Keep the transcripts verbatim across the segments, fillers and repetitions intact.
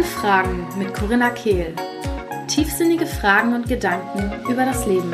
Fragen mit Corinna Kehl. Tiefsinnige Fragen und Gedanken über das Leben.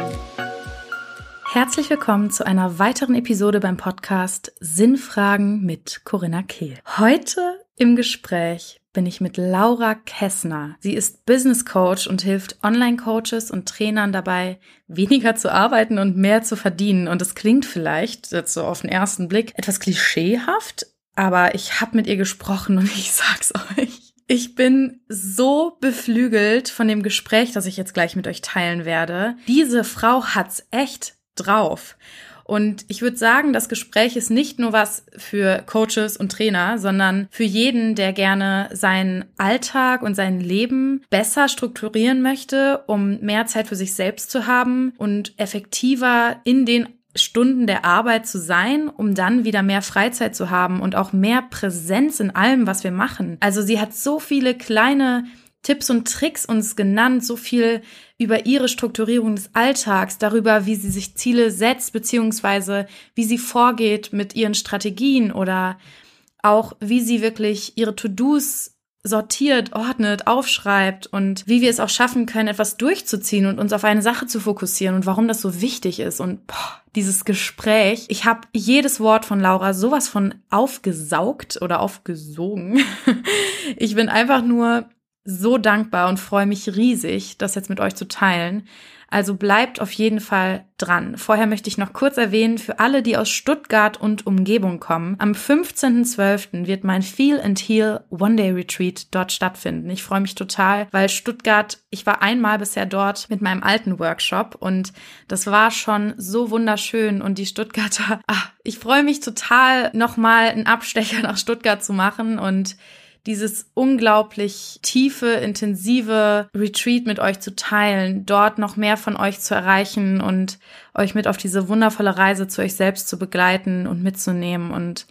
Herzlich willkommen zu einer weiteren Episode beim Podcast Sinnfragen mit Corinna Kehl. Heute im Gespräch bin ich mit Laura Kessner. Sie ist Business Coach und hilft Online-Coaches und Trainern dabei, weniger zu arbeiten und mehr zu verdienen. Und das klingt vielleicht jetzt so auf den ersten Blick etwas klischeehaft, aber ich habe mit ihr gesprochen und ich sag's euch. Ich bin so beflügelt von dem Gespräch, das ich jetzt gleich mit euch teilen werde. Diese Frau hat's echt drauf. Und ich würde sagen, das Gespräch ist nicht nur was für Coaches und Trainer, sondern für jeden, der gerne seinen Alltag und sein Leben besser strukturieren möchte, um mehr Zeit für sich selbst zu haben und effektiver in den Stunden der Arbeit zu sein, um dann wieder mehr Freizeit zu haben und auch mehr Präsenz in allem, was wir machen. Also sie hat so viele kleine Tipps und Tricks uns genannt, so viel über ihre Strukturierung des Alltags, darüber, wie sie sich Ziele setzt, beziehungsweise wie sie vorgeht mit ihren Strategien oder auch, wie sie wirklich ihre To-Dos sortiert, ordnet, aufschreibt und wie wir es auch schaffen können, etwas durchzuziehen und uns auf eine Sache zu fokussieren und warum das so wichtig ist. Und boah, dieses Gespräch, ich habe jedes Wort von Laura sowas von aufgesaugt oder aufgesogen. Ich bin einfach nur so dankbar und freue mich riesig, das jetzt mit euch zu teilen. Also bleibt auf jeden Fall dran. Vorher möchte ich noch kurz erwähnen, für alle, die aus Stuttgart und Umgebung kommen, am fünfzehnten zwölften wird mein Feel and Heal One-Day-Retreat dort stattfinden. Ich freue mich total, weil Stuttgart, ich war einmal bisher dort mit meinem alten Workshop und das war schon so wunderschön und die Stuttgarter, ach, ich freue mich total, nochmal einen Abstecher nach Stuttgart zu machen und dieses unglaublich tiefe, intensive Retreat mit euch zu teilen, dort noch mehr von euch zu erreichen und euch mit auf diese wundervolle Reise zu euch selbst zu begleiten und mitzunehmen. Und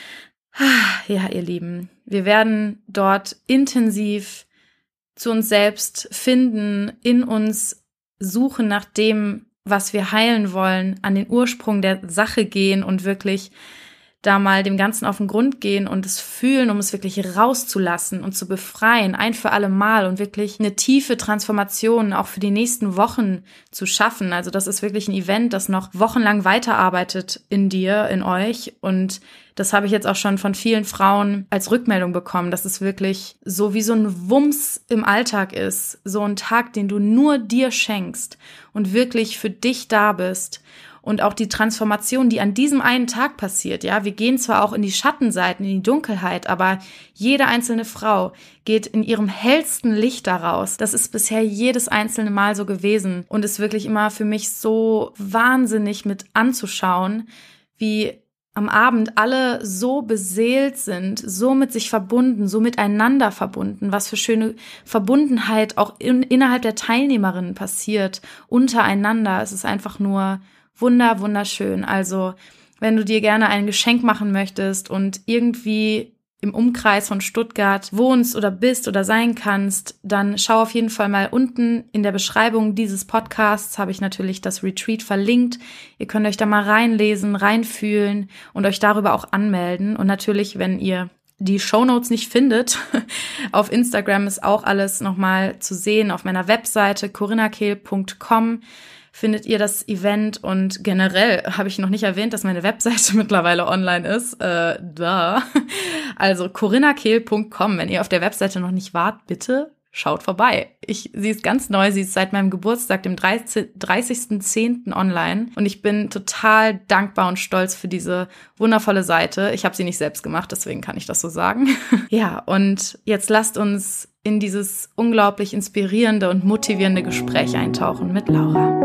ja, ihr Lieben, wir werden dort intensiv zu uns selbst finden, in uns suchen nach dem, was wir heilen wollen, an den Ursprung der Sache gehen und wirklich da mal dem Ganzen auf den Grund gehen und es fühlen, um es wirklich rauszulassen und zu befreien, ein für alle Mal und wirklich eine tiefe Transformation auch für die nächsten Wochen zu schaffen. Also das ist wirklich ein Event, das noch wochenlang weiterarbeitet in dir, in euch und das habe ich jetzt auch schon von vielen Frauen als Rückmeldung bekommen, dass es wirklich so wie so ein Wumms im Alltag ist, so ein Tag, den du nur dir schenkst und wirklich für dich da bist. Und auch die Transformation, die an diesem einen Tag passiert, ja, wir gehen zwar auch in die Schattenseiten, in die Dunkelheit, aber jede einzelne Frau geht in ihrem hellsten Licht daraus. Das ist bisher jedes einzelne Mal so gewesen und ist wirklich immer für mich so wahnsinnig mit anzuschauen, wie am Abend alle so beseelt sind, so mit sich verbunden, so miteinander verbunden, was für schöne Verbundenheit auch in, innerhalb der Teilnehmerinnen passiert, untereinander. Es ist einfach nur wunder, wunderschön. Also, wenn du dir gerne ein Geschenk machen möchtest und irgendwie im Umkreis von Stuttgart wohnst oder bist oder sein kannst, dann schau auf jeden Fall mal unten in der Beschreibung dieses Podcasts, habe ich natürlich das Retreat verlinkt. Ihr könnt euch da mal reinlesen, reinfühlen und euch darüber auch anmelden. Und natürlich, wenn ihr die Shownotes nicht findet, auf Instagram ist auch alles nochmal zu sehen. Auf meiner Webseite corinna kehl punkt com findet ihr das Event und generell habe ich noch nicht erwähnt, dass meine Webseite mittlerweile online ist. Äh, da. Also corinna kehl punkt com. Wenn ihr auf der Webseite noch nicht wart, bitte schaut vorbei. Ich, sie ist ganz neu, sie ist seit meinem Geburtstag, dem dreißigsten zehnten online und ich bin total dankbar und stolz für diese wundervolle Seite. Ich habe sie nicht selbst gemacht, deswegen kann ich das so sagen. Ja, und jetzt lasst uns in dieses unglaublich inspirierende und motivierende Gespräch eintauchen mit Laura.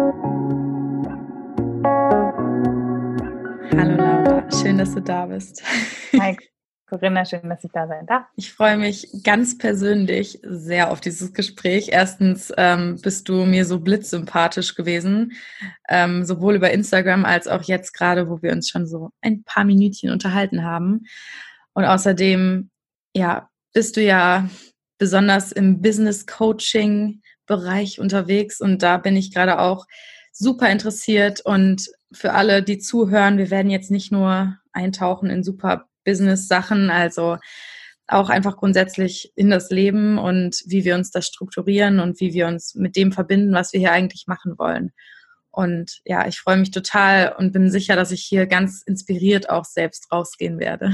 Hallo Laura, schön, dass du da bist. Hi Corinna, schön, dass ich da sein darf. Ich freue mich ganz persönlich sehr auf dieses Gespräch. Erstens ähm, bist du mir so blitzsympathisch gewesen, ähm, sowohl über Instagram als auch jetzt gerade, wo wir uns schon so ein paar Minütchen unterhalten haben. Und außerdem, ja, bist du ja besonders im Business-Coaching-Bereich unterwegs und da bin ich gerade auch super interessiert und für alle, die zuhören, wir werden jetzt nicht nur eintauchen in super Business-Sachen, also auch einfach grundsätzlich in das Leben und wie wir uns das strukturieren und wie wir uns mit dem verbinden, was wir hier eigentlich machen wollen. Und ja, ich freue mich total und bin sicher, dass ich hier ganz inspiriert auch selbst rausgehen werde.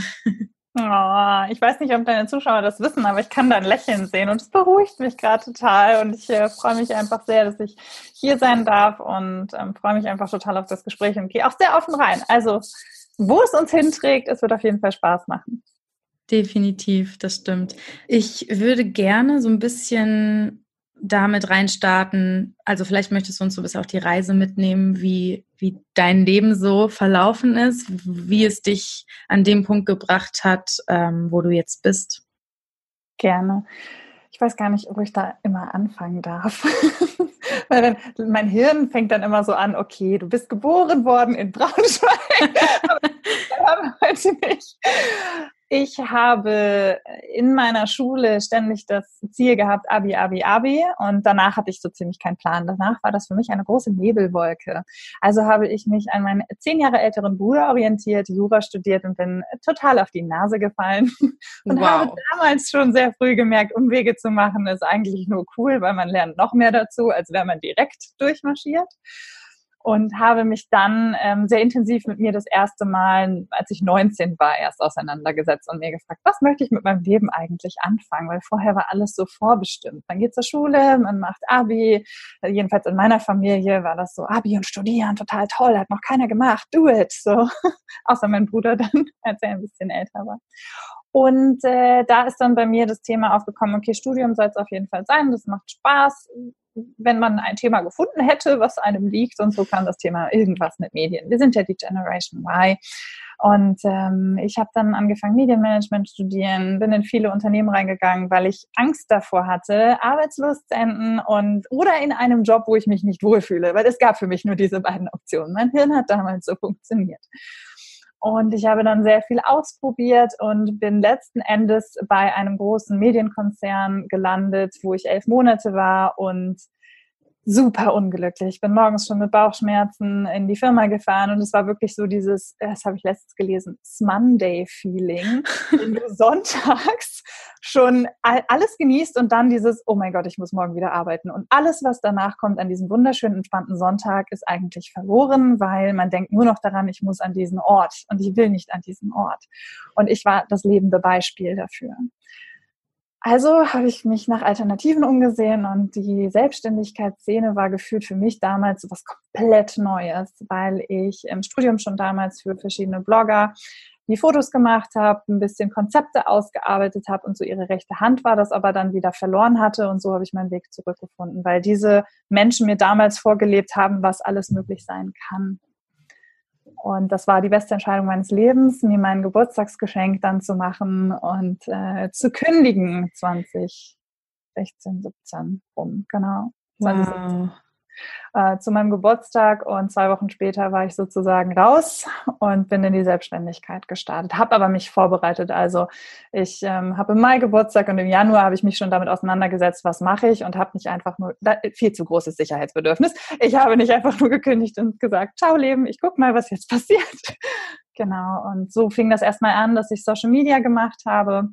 Oh, ich weiß nicht, ob deine Zuschauer das wissen, aber ich kann dein Lächeln sehen und es beruhigt mich gerade total und ich äh, freue mich einfach sehr, dass ich hier sein darf und ähm, freue mich einfach total auf das Gespräch und gehe auch sehr offen rein. Also, wo es uns hinträgt, es wird auf jeden Fall Spaß machen. Definitiv, das stimmt. Ich würde gerne so ein bisschen damit reinstarten, also vielleicht möchtest du uns so ein bisschen auf die Reise mitnehmen, wie, wie dein Leben so verlaufen ist, wie es dich an dem Punkt gebracht hat, ähm, wo du jetzt bist. Gerne. Ich weiß gar nicht, ob ich da immer anfangen darf. Weil wenn, mein Hirn fängt dann immer so an, okay, du bist geboren worden in Braunschweig. Aber das haben wir heute nicht. Ich habe in meiner Schule ständig das Ziel gehabt, Abi, Abi, Abi. Und danach hatte ich so ziemlich keinen Plan. Danach war das für mich eine große Nebelwolke. Also habe ich mich an meinen zehn Jahre älteren Bruder orientiert, Jura studiert und bin total auf die Nase gefallen. Und wow. habe damals schon sehr früh gemerkt, Umwege zu machen ist eigentlich nur cool, weil man lernt noch mehr dazu, als wäre man direkt durchmarschiert. Und habe mich dann ähm, sehr intensiv mit mir das erste Mal, als ich neunzehn war, erst auseinandergesetzt und mir gefragt, was möchte ich mit meinem Leben eigentlich anfangen? Weil vorher war alles so vorbestimmt. Man geht zur Schule, man macht Abi. Jedenfalls in meiner Familie war das so, Abi und Studieren, total toll, hat noch keiner gemacht, do it. So. Außer mein Bruder dann, als er ein bisschen älter war. Und äh, da ist dann bei mir das Thema aufgekommen, okay, Studium soll es auf jeden Fall sein, das macht Spaß, wenn man ein Thema gefunden hätte, was einem liegt, und so kam das Thema irgendwas mit Medien. Wir sind ja die Generation Y. Und ähm, ich habe dann angefangen, Medienmanagement zu studieren, bin in viele Unternehmen reingegangen, weil ich Angst davor hatte, arbeitslos zu enden und oder in einem Job, wo ich mich nicht wohlfühle, weil es gab für mich nur diese beiden Optionen. Mein Hirn hat damals so funktioniert. Und ich habe dann sehr viel ausprobiert und bin letzten Endes bei einem großen Medienkonzern gelandet, wo ich elf Monate war und super unglücklich. Ich bin morgens schon mit Bauchschmerzen in die Firma gefahren und es war wirklich so dieses, das habe ich letztens gelesen, Monday-Feeling, wenn du sonntags schon alles genießt und dann dieses, oh mein Gott, ich muss morgen wieder arbeiten. Und alles, was danach kommt an diesem wunderschönen, entspannten Sonntag, ist eigentlich verloren, weil man denkt nur noch daran, ich muss an diesen Ort und ich will nicht an diesen Ort. Und ich war das lebende Beispiel dafür. Also habe ich mich nach Alternativen umgesehen und die Selbstständigkeitsszene war gefühlt für mich damals was komplett Neues, weil ich im Studium schon damals für verschiedene Blogger die Fotos gemacht habe, ein bisschen Konzepte ausgearbeitet habe und so ihre rechte Hand war, das aber dann wieder verloren hatte und so habe ich meinen Weg zurückgefunden, weil diese Menschen mir damals vorgelebt haben, was alles möglich sein kann. Und das war die beste Entscheidung meines Lebens, mir mein Geburtstagsgeschenk dann zu machen und äh, zu kündigen, zwanzig sechzehn, siebzehn rum, genau. zwanzig siebzehn. Wow. Äh, zu meinem Geburtstag und zwei Wochen später war ich sozusagen raus und bin in die Selbstständigkeit gestartet, habe aber mich vorbereitet. Also ich ähm, habe im Mai Geburtstag und im Januar habe ich mich schon damit auseinandergesetzt, was mache ich und habe nicht einfach nur, da, viel zu großes Sicherheitsbedürfnis, ich habe nicht einfach nur gekündigt und gesagt, ciao Leben, ich guck mal, was jetzt passiert. Genau, und so fing das erstmal an, dass ich Social Media gemacht habe.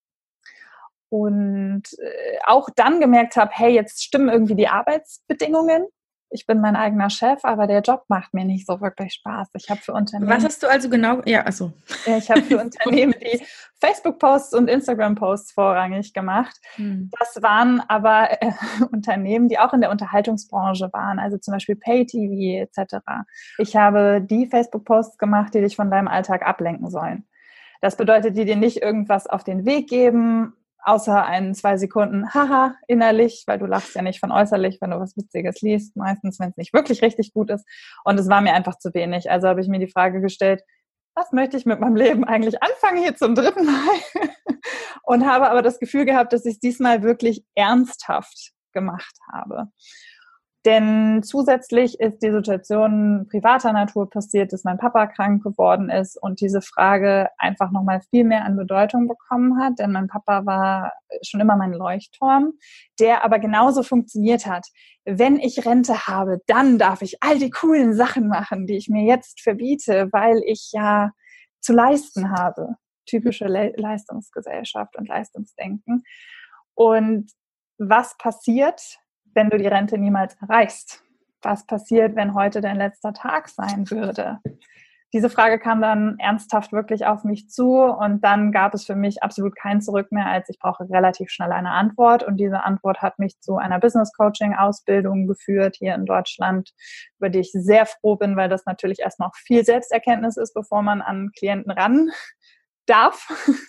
Und äh, auch dann gemerkt habe, hey, jetzt stimmen irgendwie die Arbeitsbedingungen. Ich bin mein eigener Chef, aber der Job macht mir nicht so wirklich Spaß. Ich habe für Unternehmen... Was hast du also genau... Ja, also... Ich habe für Unternehmen die Facebook-Posts und Instagram-Posts vorrangig gemacht. Hm. Das waren aber äh, Unternehmen, die auch in der Unterhaltungsbranche waren, also zum Beispiel Pay-T V et cetera. Ich habe die Facebook-Posts gemacht, die dich von deinem Alltag ablenken sollen. Das bedeutet, die dir nicht irgendwas auf den Weg geben, außer ein, zwei Sekunden, haha, innerlich, weil du lachst ja nicht von äußerlich, wenn du was Witziges liest, meistens, wenn es nicht wirklich richtig gut ist. Und es war mir einfach zu wenig. Also habe ich mir die Frage gestellt, was möchte ich mit meinem Leben eigentlich anfangen, hier zum dritten Mal? Und habe aber das Gefühl gehabt, dass ich es diesmal wirklich ernsthaft gemacht habe. Denn zusätzlich ist die Situation privater Natur passiert, dass mein Papa krank geworden ist und diese Frage einfach nochmal viel mehr an Bedeutung bekommen hat. Denn mein Papa war schon immer mein Leuchtturm, der aber genauso funktioniert hat. Wenn ich Rente habe, dann darf ich all die coolen Sachen machen, die ich mir jetzt verbiete, weil ich ja zu leisten habe. typische Le- Leistungsgesellschaft und Leistungsdenken. Und was passiert, wenn du die Rente niemals erreichst? Was passiert, wenn heute dein letzter Tag sein würde? Diese Frage kam dann ernsthaft wirklich auf mich zu und dann gab es für mich absolut kein Zurück mehr, als ich brauche relativ schnell eine Antwort und diese Antwort hat mich zu einer Business-Coaching-Ausbildung geführt hier in Deutschland, über die ich sehr froh bin, weil das natürlich erstmal auch viel Selbsterkenntnis ist, bevor man an Klienten ran darf.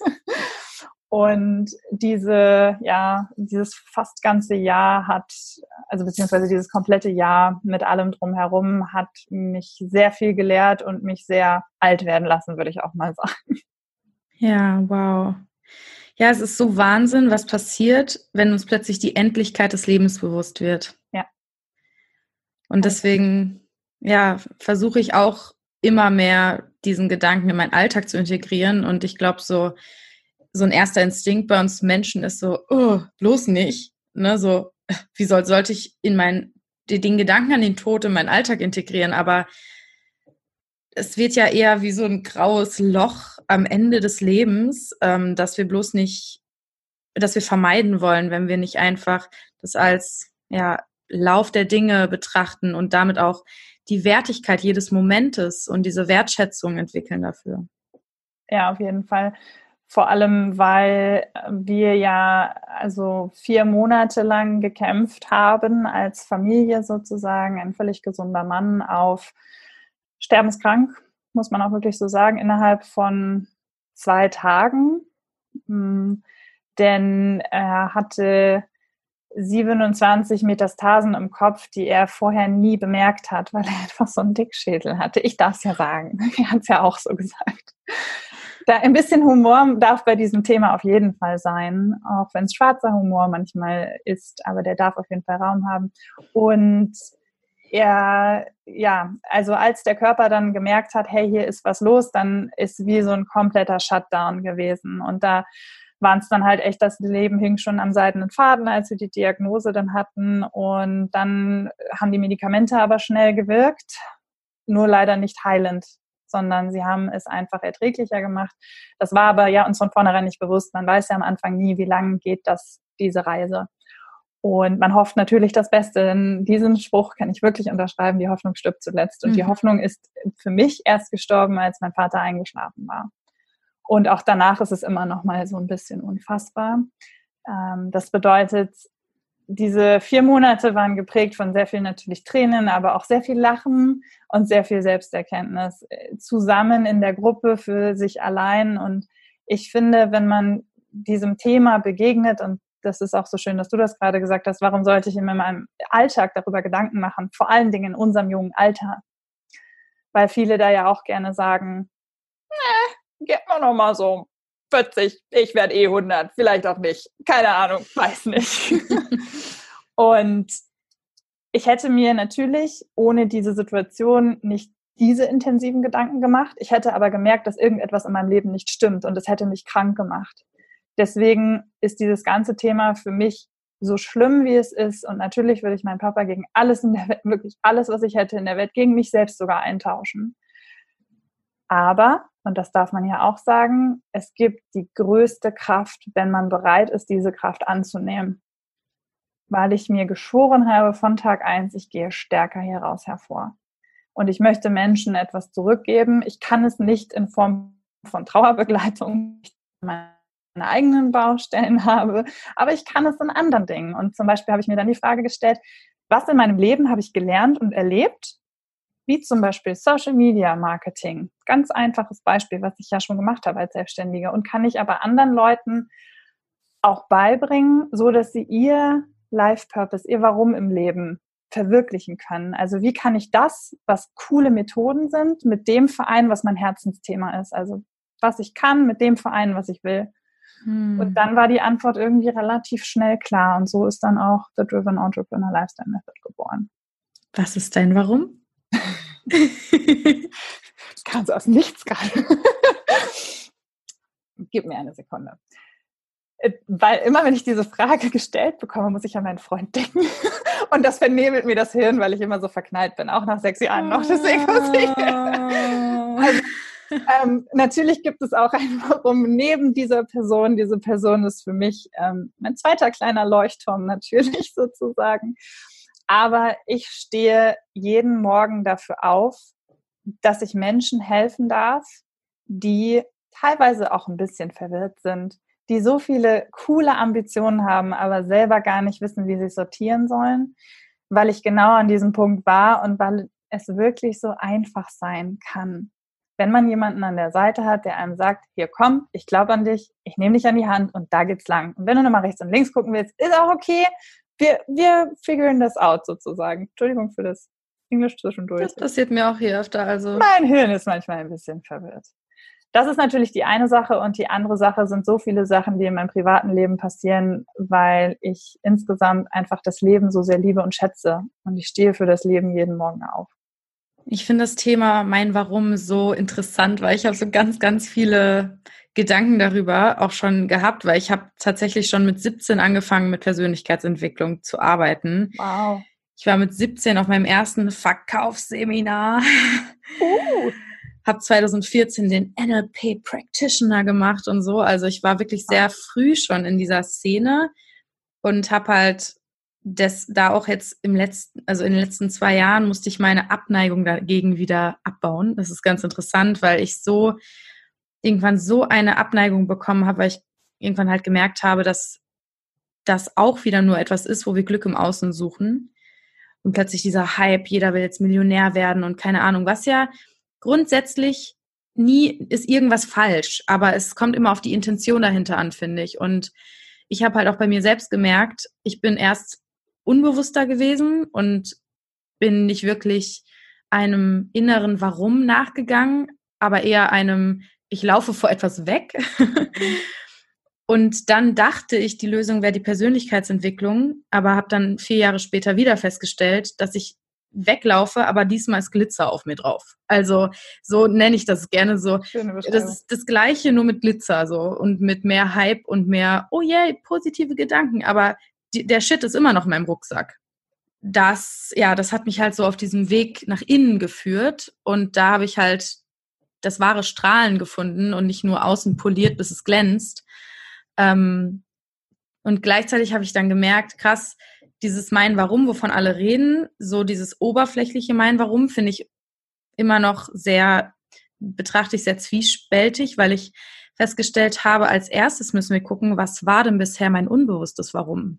Und diese, ja, dieses fast ganze Jahr hat, also beziehungsweise dieses komplette Jahr mit allem drumherum hat mich sehr viel gelehrt und mich sehr alt werden lassen, würde ich auch mal sagen. Ja, wow. Ja, es ist so Wahnsinn, was passiert, wenn uns plötzlich die Endlichkeit des Lebens bewusst wird. Ja. Und deswegen, ja, versuche ich auch immer mehr diesen Gedanken in meinen Alltag zu integrieren und ich glaube so, so ein erster Instinkt bei uns Menschen ist so, oh, bloß nicht, ne, so, wie soll, sollte ich in mein, den Gedanken an den Tod in meinen Alltag integrieren, aber es wird ja eher wie so ein graues Loch am Ende des Lebens, ähm, dass wir bloß nicht, dass wir vermeiden wollen, wenn wir nicht einfach das als, ja, Lauf der Dinge betrachten und damit auch die Wertigkeit jedes Momentes und diese Wertschätzung entwickeln dafür. Ja, auf jeden Fall. Vor allem, weil wir ja also vier Monate lang gekämpft haben als Familie sozusagen, ein völlig gesunder Mann auf sterbenskrank, muss man auch wirklich so sagen, innerhalb von zwei Tagen. Denn er hatte siebenundzwanzig Metastasen im Kopf, die er vorher nie bemerkt hat, weil er einfach so einen Dickschädel hatte. Ich darf es ja sagen, er hat es ja auch so gesagt. Da ein bisschen Humor darf bei diesem Thema auf jeden Fall sein, auch wenn es schwarzer Humor manchmal ist, aber der darf auf jeden Fall Raum haben. Und er, ja, also als der Körper dann gemerkt hat, hey, hier ist was los, dann ist wie so ein kompletter Shutdown gewesen. Und da waren es dann halt echt, das Leben hing schon am seidenen Faden, als wir die Diagnose dann hatten. Und dann haben die Medikamente aber schnell gewirkt, nur leider nicht heilend, sondern sie haben es einfach erträglicher gemacht. Das war aber ja uns von vornherein nicht bewusst. Man weiß ja am Anfang nie, wie lange geht das, diese Reise. Und man hofft natürlich das Beste. Denn diesen Spruch kann ich wirklich unterschreiben, die Hoffnung stirbt zuletzt. Und mhm. die Hoffnung ist für mich erst gestorben, als mein Vater eingeschlafen war. Und auch danach ist es immer noch mal so ein bisschen unfassbar. Das bedeutet, diese vier Monate waren geprägt von sehr viel natürlich Tränen, aber auch sehr viel Lachen und sehr viel Selbsterkenntnis. Zusammen in der Gruppe, für sich allein. Und ich finde, wenn man diesem Thema begegnet, und das ist auch so schön, dass du das gerade gesagt hast, warum sollte ich in meinem Alltag darüber Gedanken machen? Vor allen Dingen in unserem jungen Alter. Weil viele da ja auch gerne sagen, äh, geht mal noch mal so vierzig, ich werde eh hundert, vielleicht auch nicht, keine Ahnung, weiß nicht. Und ich hätte mir natürlich ohne diese Situation nicht diese intensiven Gedanken gemacht. Ich hätte aber gemerkt, dass irgendetwas in meinem Leben nicht stimmt und es hätte mich krank gemacht. Deswegen ist dieses ganze Thema für mich so schlimm, wie es ist. Und natürlich würde ich meinen Papa gegen alles in der Welt, wirklich alles, was ich hätte in der Welt, gegen mich selbst sogar eintauschen. Aber, und das darf man ja auch sagen, es gibt die größte Kraft, wenn man bereit ist, diese Kraft anzunehmen. Weil ich mir geschworen habe von Tag eins, ich gehe stärker hieraus hervor. Und ich möchte Menschen etwas zurückgeben. Ich kann es nicht in Form von Trauerbegleitung, meine eigenen Baustellen habe, aber ich kann es in anderen Dingen. Und zum Beispiel habe ich mir dann die Frage gestellt, was in meinem Leben habe ich gelernt und erlebt, wie zum Beispiel Social Media Marketing. Ganz einfaches Beispiel, was ich ja schon gemacht habe als Selbstständige und kann ich aber anderen Leuten auch beibringen, so dass sie ihr Life Purpose, ihr Warum im Leben verwirklichen können. Also wie kann ich das, was coole Methoden sind, mit dem vereinen, was mein Herzensthema ist. Also was ich kann, mit dem vereinen, was ich will. Hm. Und dann war die Antwort irgendwie relativ schnell klar. Und so ist dann auch The Driven Entrepreneur Lifestyle Method geboren. Was ist dein Warum? Ganz aus nichts gerade. Gib mir eine Sekunde. Weil immer, wenn ich diese Frage gestellt bekomme, muss ich an meinen Freund denken. Und das vernebelt mir das Hirn, weil ich immer so verknallt bin, auch nach sechs Jahren noch. Deswegen muss ich... Also, ähm, natürlich gibt es auch ein Warum neben dieser Person. Diese Person ist für mich ähm, mein zweiter kleiner Leuchtturm natürlich sozusagen. Aber ich stehe jeden Morgen dafür auf, dass ich Menschen helfen darf, die teilweise auch ein bisschen verwirrt sind, die so viele coole Ambitionen haben, aber selber gar nicht wissen, wie sie sortieren sollen, weil ich genau an diesem Punkt war und weil es wirklich so einfach sein kann. Wenn man jemanden an der Seite hat, der einem sagt, hier komm, ich glaube an dich, ich nehme dich an die Hand und da geht's lang. Und wenn du nochmal rechts und links gucken willst, ist auch okay. Wir, wir figuren das out sozusagen. Entschuldigung für das Englisch zwischendurch. Das passiert mir auch hier öfter. Also. Mein Hirn ist manchmal ein bisschen verwirrt. Das ist natürlich die eine Sache und die andere Sache sind so viele Sachen, die in meinem privaten Leben passieren, weil ich insgesamt einfach das Leben so sehr liebe und schätze und ich stehe für das Leben jeden Morgen auf. Ich finde das Thema Mein Warum so interessant, weil ich habe so ganz, ganz viele Gedanken darüber auch schon gehabt, weil ich habe tatsächlich schon mit siebzehn angefangen, mit Persönlichkeitsentwicklung zu arbeiten. Wow. Ich war mit siebzehn auf meinem ersten Verkaufsseminar. Uh. Habe zwanzig vierzehn den N L P Practitioner gemacht und so. Also ich war wirklich sehr früh schon in dieser Szene und habe halt das da auch jetzt im letzten, also in den letzten zwei Jahren musste ich meine Abneigung dagegen wieder abbauen. Das ist ganz interessant, weil ich so irgendwann so eine Abneigung bekommen habe, weil ich irgendwann halt gemerkt habe, dass das auch wieder nur etwas ist, wo wir Glück im Außen suchen. Und plötzlich dieser Hype, jeder will jetzt Millionär werden und keine Ahnung, was ja grundsätzlich nie ist irgendwas falsch, aber es kommt immer auf die Intention dahinter an, finde ich. Und ich habe halt auch bei mir selbst gemerkt, ich bin erst unbewusster gewesen und bin nicht wirklich einem inneren Warum nachgegangen, aber eher einem, ich laufe vor etwas weg. Und dann dachte ich, die Lösung wäre die Persönlichkeitsentwicklung, aber habe dann vier Jahre später wieder festgestellt, dass ich weglaufe, aber diesmal ist Glitzer auf mir drauf. Also so nenne ich das gerne so. Das ist das Gleiche, nur mit Glitzer so und mit mehr Hype und mehr, oh yeah, positive Gedanken, aber die, der Shit ist immer noch in meinem Rucksack. Das, ja, das hat mich halt so auf diesem Weg nach innen geführt und da habe ich halt das wahre Strahlen gefunden und nicht nur außen poliert, bis es glänzt. Ähm, und gleichzeitig habe ich dann gemerkt, krass, dieses Mein Warum, wovon alle reden, so dieses oberflächliche Mein Warum, finde ich immer noch sehr, betrachte ich sehr zwiespältig, weil ich festgestellt habe, als erstes müssen wir gucken, was war denn bisher mein unbewusstes Warum?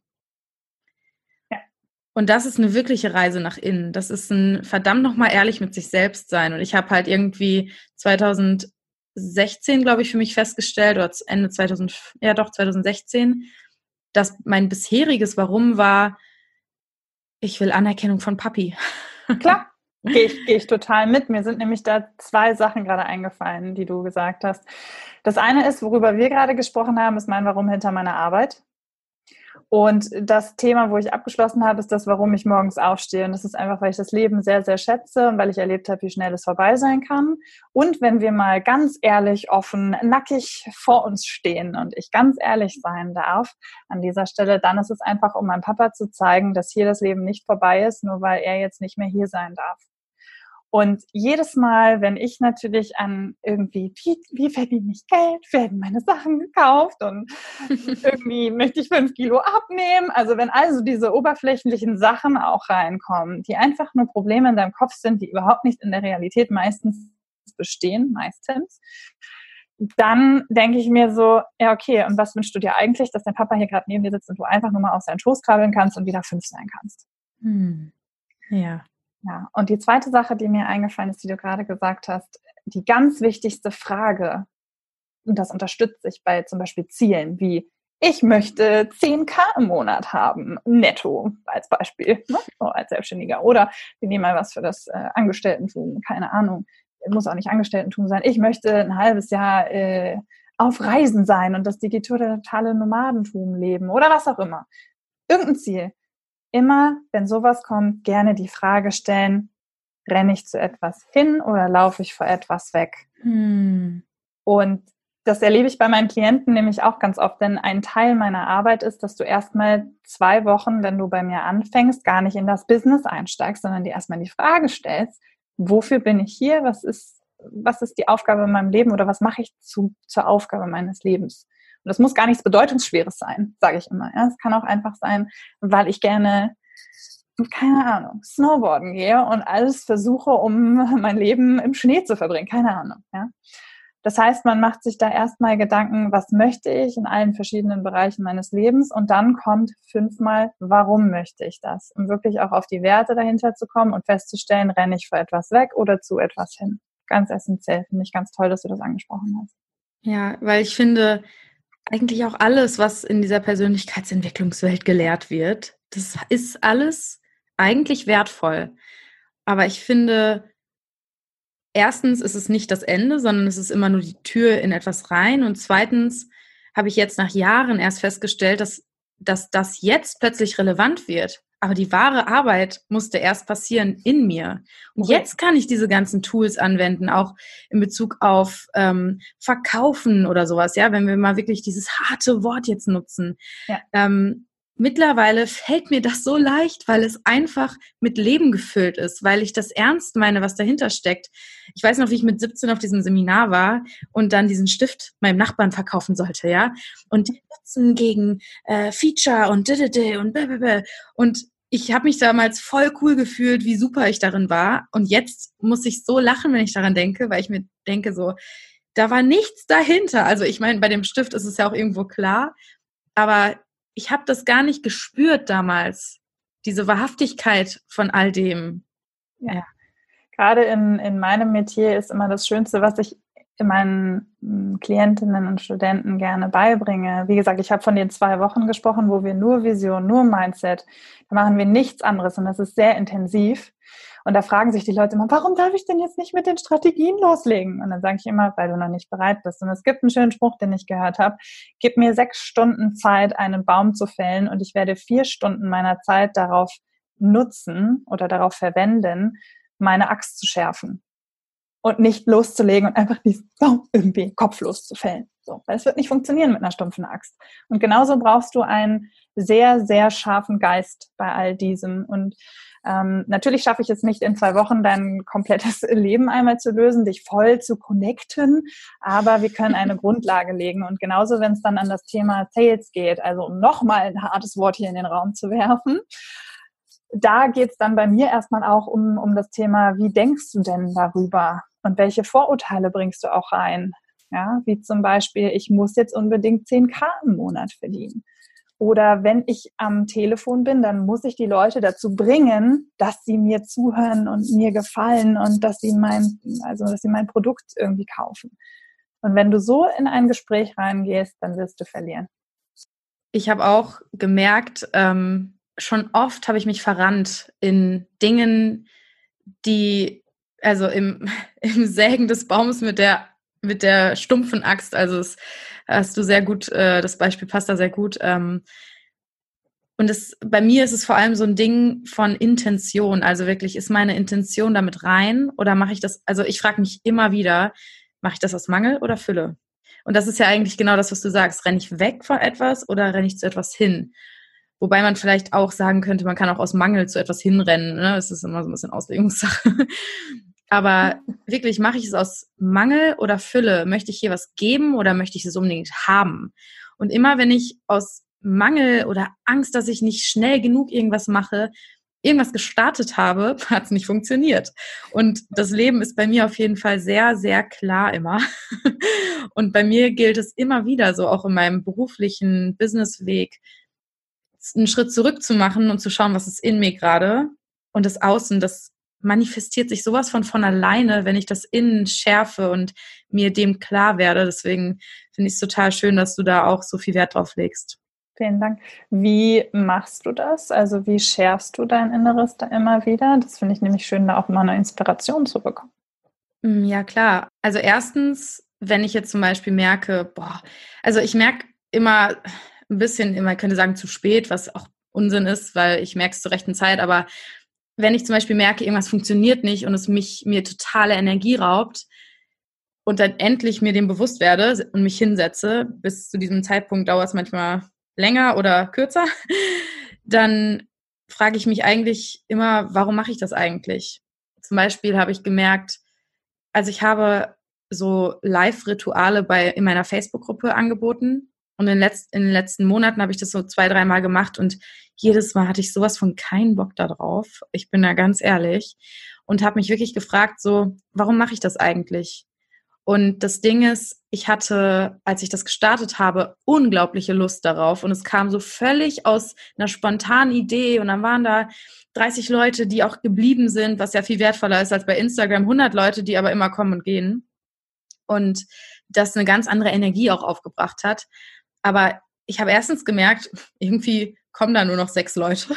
Ja. Und das ist eine wirkliche Reise nach innen. Das ist ein verdammt nochmal ehrlich mit sich selbst sein. Und ich habe halt irgendwie zweitausendsechzehn, glaube ich, für mich festgestellt, oder Ende zweitausend, ja doch, zweitausendsechzehn, dass mein bisheriges Warum war, ich will Anerkennung von Papi. Klar, gehe ich, geh ich total mit. Mir sind nämlich da zwei Sachen gerade eingefallen, die du gesagt hast. Das eine ist, worüber wir gerade gesprochen haben, ist mein Warum hinter meiner Arbeit. Und das Thema, wo ich abgeschlossen habe, ist das, warum ich morgens aufstehe. Und das ist einfach, weil ich das Leben sehr, sehr schätze und weil ich erlebt habe, wie schnell es vorbei sein kann. Und wenn wir mal ganz ehrlich, offen, nackig vor uns stehen und ich ganz ehrlich sein darf an dieser Stelle, dann ist es einfach, um meinem Papa zu zeigen, dass hier das Leben nicht vorbei ist, nur weil er jetzt nicht mehr hier sein darf. Und jedes Mal, wenn ich natürlich an irgendwie, wie, wie verdiene ich Geld, werden meine Sachen gekauft und irgendwie möchte ich fünf Kilo abnehmen. Also wenn also diese oberflächlichen Sachen auch reinkommen, die einfach nur Probleme in deinem Kopf sind, die überhaupt nicht in der Realität meistens bestehen, meistens, dann denke ich mir so, ja okay, und was wünschst du dir eigentlich, dass dein Papa hier gerade neben dir sitzt und du einfach nur mal auf seinen Schoß krabbeln kannst und wieder fünf sein kannst? Hm. Ja. Ja, und die zweite Sache, die mir eingefallen ist, die du gerade gesagt hast, die ganz wichtigste Frage, und das unterstützt sich bei zum Beispiel Zielen wie, ich möchte zehn K im Monat haben, netto als Beispiel, ne? So als Selbstständiger. Oder wir nehmen mal was für das äh, Angestelltentum, keine Ahnung, muss auch nicht Angestelltentum sein. Ich möchte ein halbes Jahr äh, auf Reisen sein und das digitale Nomadentum leben oder was auch immer. Irgendein Ziel. Immer, wenn sowas kommt, gerne die Frage stellen, renne ich zu etwas hin oder laufe ich vor etwas weg? Hm. Und das erlebe ich bei meinen Klienten nämlich auch ganz oft, denn ein Teil meiner Arbeit ist, dass du erstmal zwei Wochen, wenn du bei mir anfängst, gar nicht in das Business einsteigst, sondern dir erstmal die Frage stellst, wofür bin ich hier? Was ist was ist die Aufgabe in meinem Leben oder was mache ich zu, zur Aufgabe meines Lebens? Und das muss gar nichts Bedeutungsschweres sein, sage ich immer. Ja? Es kann auch einfach sein, weil ich gerne, keine Ahnung, Snowboarden gehe und alles versuche, um mein Leben im Schnee zu verbringen. Keine Ahnung. Ja? Das heißt, man macht sich da erstmal Gedanken, was möchte ich in allen verschiedenen Bereichen meines Lebens? Und dann kommt fünfmal, warum möchte ich das? Um wirklich auch auf die Werte dahinter zu kommen und festzustellen, renne ich vor etwas weg oder zu etwas hin. Ganz essentiell, finde ich ganz toll, dass du das angesprochen hast. Ja, weil ich finde, eigentlich auch alles, was in dieser Persönlichkeitsentwicklungswelt gelehrt wird, das ist alles eigentlich wertvoll. Aber ich finde, erstens ist es nicht das Ende, sondern es ist immer nur die Tür in etwas rein. Und zweitens habe ich jetzt nach Jahren erst festgestellt, dass, dass das jetzt plötzlich relevant wird. Aber die wahre Arbeit musste erst passieren in mir. Und Okay. Jetzt kann ich diese ganzen Tools anwenden, auch in Bezug auf ähm, Verkaufen oder sowas. Ja, wenn wir mal wirklich dieses harte Wort jetzt nutzen. Ja. Ähm, Mittlerweile fällt mir das so leicht, weil es einfach mit Leben gefüllt ist, weil ich das ernst meine, was dahinter steckt. Ich weiß noch, wie ich mit siebzehn auf diesem Seminar war und dann diesen Stift meinem Nachbarn verkaufen sollte, ja. Und Nutzen gegen äh, Feature und didede und blablabla. Und ich habe mich damals voll cool gefühlt, wie super ich darin war. Und jetzt muss ich so lachen, wenn ich daran denke, weil ich mir denke so, da war nichts dahinter. Also ich meine, bei dem Stift ist es ja auch irgendwo klar, aber ich habe das gar nicht gespürt damals, diese Wahrhaftigkeit von all dem. Ja. Ja. Gerade in, in meinem Metier ist immer das Schönste, was ich meinen Klientinnen und Studenten gerne beibringe. Wie gesagt, ich habe von den zwei Wochen gesprochen, wo wir nur Vision, nur Mindset, da machen wir nichts anderes und das ist sehr intensiv. Und da fragen sich die Leute immer, warum darf ich denn jetzt nicht mit den Strategien loslegen? Und dann sage ich immer, weil du noch nicht bereit bist. Und es gibt einen schönen Spruch, den ich gehört habe. Gib mir sechs Stunden Zeit, einen Baum zu fällen und ich werde vier Stunden meiner Zeit darauf nutzen oder darauf verwenden, meine Axt zu schärfen. Und nicht loszulegen und einfach diesen Baum irgendwie kopflos zu fällen. So, weil es wird nicht funktionieren mit einer stumpfen Axt. Und genauso brauchst du einen sehr, sehr scharfen Geist bei all diesem. Und ähm, natürlich schaffe ich es nicht in zwei Wochen, dein komplettes Leben einmal zu lösen, dich voll zu connecten, aber wir können eine Grundlage legen. Und genauso, wenn es dann an das Thema Sales geht, also um nochmal ein hartes Wort hier in den Raum zu werfen, da geht es dann bei mir erstmal auch um, um das Thema, wie denkst du denn darüber und welche Vorurteile bringst du auch rein? Ja, wie zum Beispiel, ich muss jetzt unbedingt zehntausend im Monat verdienen. Oder wenn ich am Telefon bin, dann muss ich die Leute dazu bringen, dass sie mir zuhören und mir gefallen und dass sie mein, also dass sie mein Produkt irgendwie kaufen. Und wenn du so in ein Gespräch reingehst, dann wirst du verlieren. Ich habe auch gemerkt, ähm, schon oft habe ich mich verrannt in Dingen, die, also im, im Sägen des Baums mit der, mit der stumpfen Axt, also es hast du sehr gut, äh, das Beispiel passt da sehr gut. Ähm, und es, bei mir ist es vor allem so ein Ding von Intention, also wirklich, ist meine Intention damit rein oder mache ich das, also ich frage mich immer wieder, mache ich das aus Mangel oder Fülle? Und das ist ja eigentlich genau das, was du sagst, renne ich weg von etwas oder renne ich zu etwas hin? Wobei man vielleicht auch sagen könnte, man kann auch aus Mangel zu etwas hinrennen. Ne? Das ist immer so ein bisschen Auslegungssache. Aber wirklich, mache ich es aus Mangel oder Fülle? Möchte ich hier was geben oder möchte ich es unbedingt haben? Und immer, wenn ich aus Mangel oder Angst, dass ich nicht schnell genug irgendwas mache, irgendwas gestartet habe, hat es nicht funktioniert. Und das Leben ist bei mir auf jeden Fall sehr, sehr klar immer. Und bei mir gilt es immer wieder so, auch in meinem beruflichen Businessweg, einen Schritt zurück zu machen und zu schauen, was ist in mir gerade. Und das Außen, das manifestiert sich sowas von von alleine, wenn ich das innen schärfe und mir dem klar werde. Deswegen finde ich es total schön, dass du da auch so viel Wert drauf legst. Vielen Dank. Wie machst du das? Also wie schärfst du dein Inneres da immer wieder? Das finde ich nämlich schön, da auch mal eine Inspiration zu bekommen. Ja, klar. Also erstens, wenn ich jetzt zum Beispiel merke, boah, also ich merke immer ein bisschen, man könnte sagen zu spät, was auch Unsinn ist, weil ich merke es zur rechten Zeit, aber wenn ich zum Beispiel merke, irgendwas funktioniert nicht und es mich mir totale Energie raubt und dann endlich mir dem bewusst werde und mich hinsetze, bis zu diesem Zeitpunkt dauert es manchmal länger oder kürzer, dann frage ich mich eigentlich immer, warum mache ich das eigentlich? Zum Beispiel habe ich gemerkt, also ich habe so Live-Rituale bei in meiner Facebook-Gruppe angeboten. Und in, letzt, in den letzten Monaten habe ich das so zwei, dreimal gemacht und jedes Mal hatte ich sowas von keinen Bock da drauf. Ich bin da ganz ehrlich und habe mich wirklich gefragt, so, warum mache ich das eigentlich? Und das Ding ist, ich hatte, als ich das gestartet habe, unglaubliche Lust darauf und es kam so völlig aus einer spontanen Idee und dann waren da dreißig Leute, die auch geblieben sind, was ja viel wertvoller ist als bei Instagram, hundert Leute, die aber immer kommen und gehen und das eine ganz andere Energie auch aufgebracht hat. Aber ich habe erstens gemerkt, irgendwie kommen da nur noch sechs Leute.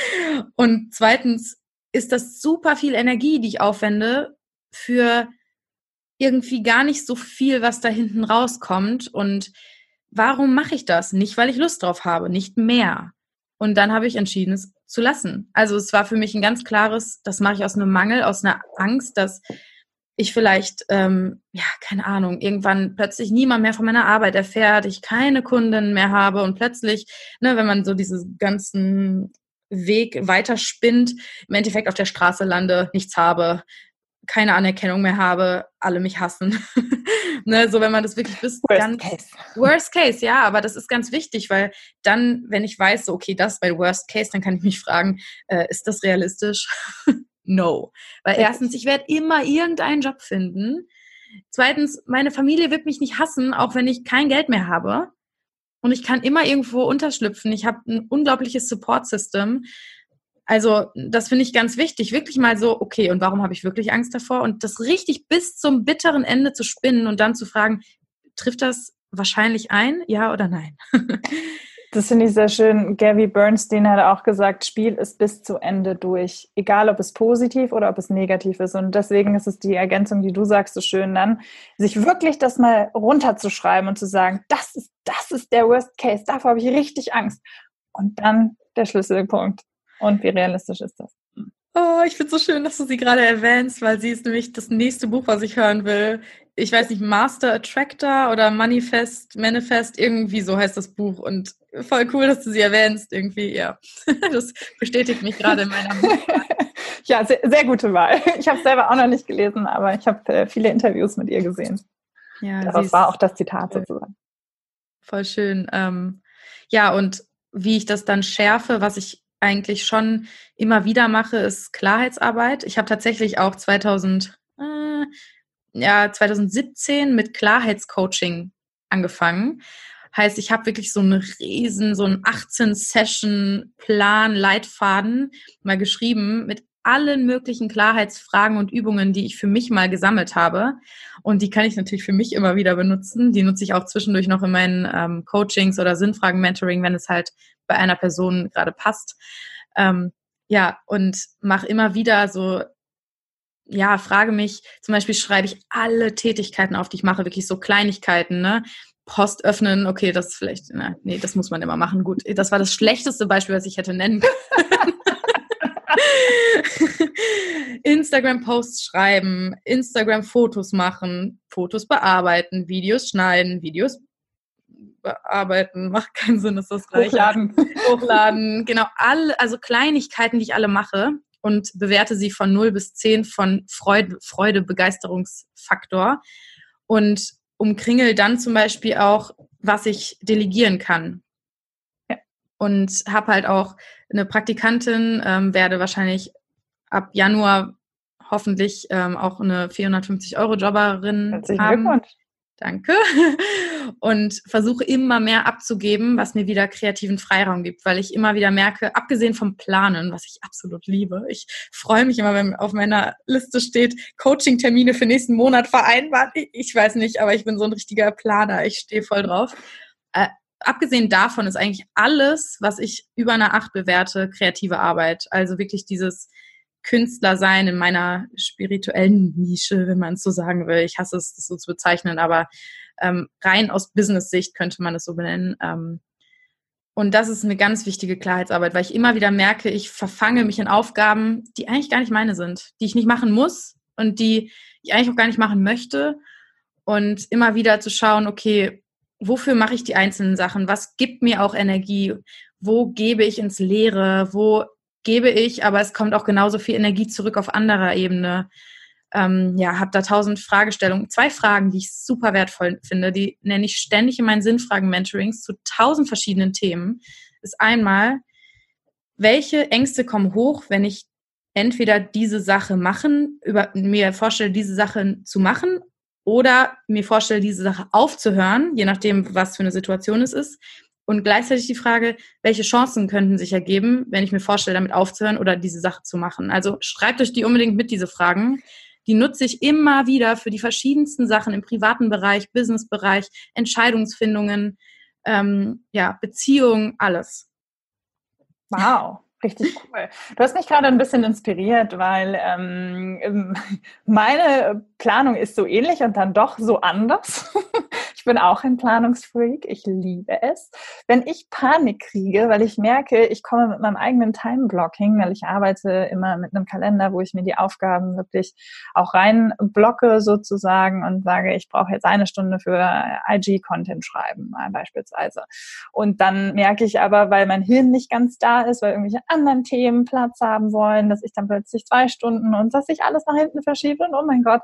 Und zweitens ist das super viel Energie, die ich aufwende für irgendwie gar nicht so viel, was da hinten rauskommt. Und warum mache ich das? Nicht, weil ich Lust drauf habe, nicht mehr. Und dann habe ich entschieden, es zu lassen. Also es war für mich ein ganz klares, das mache ich aus einem Mangel, aus einer Angst, dass ich vielleicht, ähm, ja, keine Ahnung, irgendwann plötzlich niemand mehr von meiner Arbeit erfährt, ich keine Kunden mehr habe und plötzlich, ne, wenn man so diesen ganzen Weg weiterspinnt, im Endeffekt auf der Straße lande, nichts habe, keine Anerkennung mehr habe, alle mich hassen. Ne, so wenn man das wirklich bis Worst ganz... Case. Worst Case, ja, aber das ist ganz wichtig, weil dann, wenn ich weiß, so, okay, das ist mein Worst Case, dann kann ich mich fragen, äh, ist das realistisch? No. Weil erstens, ich werde immer irgendeinen Job finden. Zweitens, meine Familie wird mich nicht hassen, auch wenn ich kein Geld mehr habe. Und ich kann immer irgendwo unterschlüpfen. Ich habe ein unglaubliches Support-System. Also das finde ich ganz wichtig. Wirklich mal so, okay, und warum habe ich wirklich Angst davor? Und das richtig bis zum bitteren Ende zu spinnen und dann zu fragen, trifft das wahrscheinlich ein, ja oder nein? Das finde ich sehr schön. Gabby Bernstein hat auch gesagt, Spiel ist bis zu Ende durch. Egal, ob es positiv oder ob es negativ ist. Und deswegen ist es die Ergänzung, die du sagst, so schön dann, sich wirklich das mal runterzuschreiben und zu sagen, das ist, das ist der Worst Case. Davor habe ich richtig Angst. Und dann der Schlüsselpunkt. Und wie realistisch ist das? Oh, ich finde es so schön, dass du sie gerade erwähnst, weil sie ist nämlich das nächste Buch, was ich hören will. Ich weiß nicht, Master Attractor oder Manifest, Manifest, irgendwie so heißt das Buch. Und voll cool, dass du sie erwähnst, irgendwie, ja. Das bestätigt mich gerade in meiner Buchwahl. Ja, sehr, sehr gute Wahl. Ich habe es selber auch noch nicht gelesen, aber ich habe äh, viele Interviews mit ihr gesehen. Ja, das war auch das Zitat voll, sozusagen. Voll schön. Ähm, ja, und wie ich das dann schärfe, was ich eigentlich schon immer wieder mache, ist Klarheitsarbeit. Ich habe tatsächlich auch zweitausend, äh, ja, zwanzig siebzehn mit Klarheitscoaching angefangen. Heißt, ich habe wirklich so einen riesen, so einen achtzehn-Session-Plan, Leitfaden mal geschrieben mit allen möglichen Klarheitsfragen und Übungen, die ich für mich mal gesammelt habe. Und die kann ich natürlich für mich immer wieder benutzen. Die nutze ich auch zwischendurch noch in meinen ähm, Coachings oder Sinnfragen-Mentoring, wenn es halt bei einer Person gerade passt. Ähm, ja, und mache immer wieder so, ja, frage mich, zum Beispiel schreibe ich alle Tätigkeiten auf, die ich mache, wirklich so Kleinigkeiten, ne? Post öffnen, okay, das ist vielleicht, na, nee, das muss man immer machen. Gut, das war das schlechteste Beispiel, was ich hätte nennen können. Instagram-Posts schreiben, Instagram-Fotos machen, Fotos bearbeiten, Videos schneiden, Videos bearbeiten, macht keinen Sinn, ist das gleiche. Hochladen. Hochladen, genau, alle, also Kleinigkeiten, die ich alle mache und bewerte sie von null bis zehn von Freude, Freude, Begeisterungsfaktor und umkringel dann zum Beispiel auch, was ich delegieren kann. Ja. Und habe halt auch eine Praktikantin, ähm, werde wahrscheinlich ab Januar hoffentlich ähm, auch eine vierhundertfünfzig Euro Jobberin Herzlichen haben. Glückwunsch. Danke. Und versuche immer mehr abzugeben, was mir wieder kreativen Freiraum gibt, weil ich immer wieder merke, abgesehen vom Planen, was ich absolut liebe, ich freue mich immer, wenn auf meiner Liste steht, Coaching-Termine für nächsten Monat vereinbart. Ich weiß nicht, aber ich bin so ein richtiger Planer. Ich stehe voll drauf. Äh, abgesehen davon ist eigentlich alles, was ich über eine acht bewerte, kreative Arbeit. Also wirklich dieses Künstler sein in meiner spirituellen Nische, wenn man es so sagen will. Ich hasse es, das so zu bezeichnen, aber ähm, rein aus Business-Sicht könnte man es so benennen. Ähm, und das ist eine ganz wichtige Klarheitsarbeit, weil ich immer wieder merke, ich verfange mich in Aufgaben, die eigentlich gar nicht meine sind, die ich nicht machen muss und die ich eigentlich auch gar nicht machen möchte. Und immer wieder zu schauen, okay, wofür mache ich die einzelnen Sachen? Was gibt mir auch Energie? Wo gebe ich ins Leere? Wo gebe ich, aber es kommt auch genauso viel Energie zurück auf anderer Ebene. Ähm, ja, habe da tausend Fragestellungen. Zwei Fragen, die ich super wertvoll finde, die nenne ich ständig in meinen Sinnfragen-Mentorings zu tausend verschiedenen Themen, ist einmal, welche Ängste kommen hoch, wenn ich entweder diese Sache machen, über, mir vorstelle, diese Sache zu machen, oder mir vorstelle, diese Sache aufzuhören, je nachdem, was für eine Situation es ist. Und gleichzeitig die Frage, welche Chancen könnten sich ergeben, wenn ich mir vorstelle, damit aufzuhören oder diese Sache zu machen. Also schreibt euch die unbedingt mit, diese Fragen. Die nutze ich immer wieder für die verschiedensten Sachen im privaten Bereich, Businessbereich, Entscheidungsfindungen, ähm, ja, Beziehungen, alles. Wow, richtig cool. Du hast mich gerade ein bisschen inspiriert, weil ähm, meine Planung ist so ähnlich und dann doch so anders. Ich bin auch ein Planungsfreak. Ich liebe es. Wenn ich Panik kriege, weil ich merke, ich komme mit meinem eigenen Time-Blocking, weil ich arbeite immer mit einem Kalender, wo ich mir die Aufgaben wirklich auch rein blocke sozusagen und sage, ich brauche jetzt eine Stunde für I G-Content schreiben beispielsweise. Und dann merke ich aber, weil mein Hirn nicht ganz da ist, weil irgendwelche anderen Themen Platz haben wollen, dass ich dann plötzlich zwei Stunden und dass sich alles nach hinten verschiebt und oh mein Gott,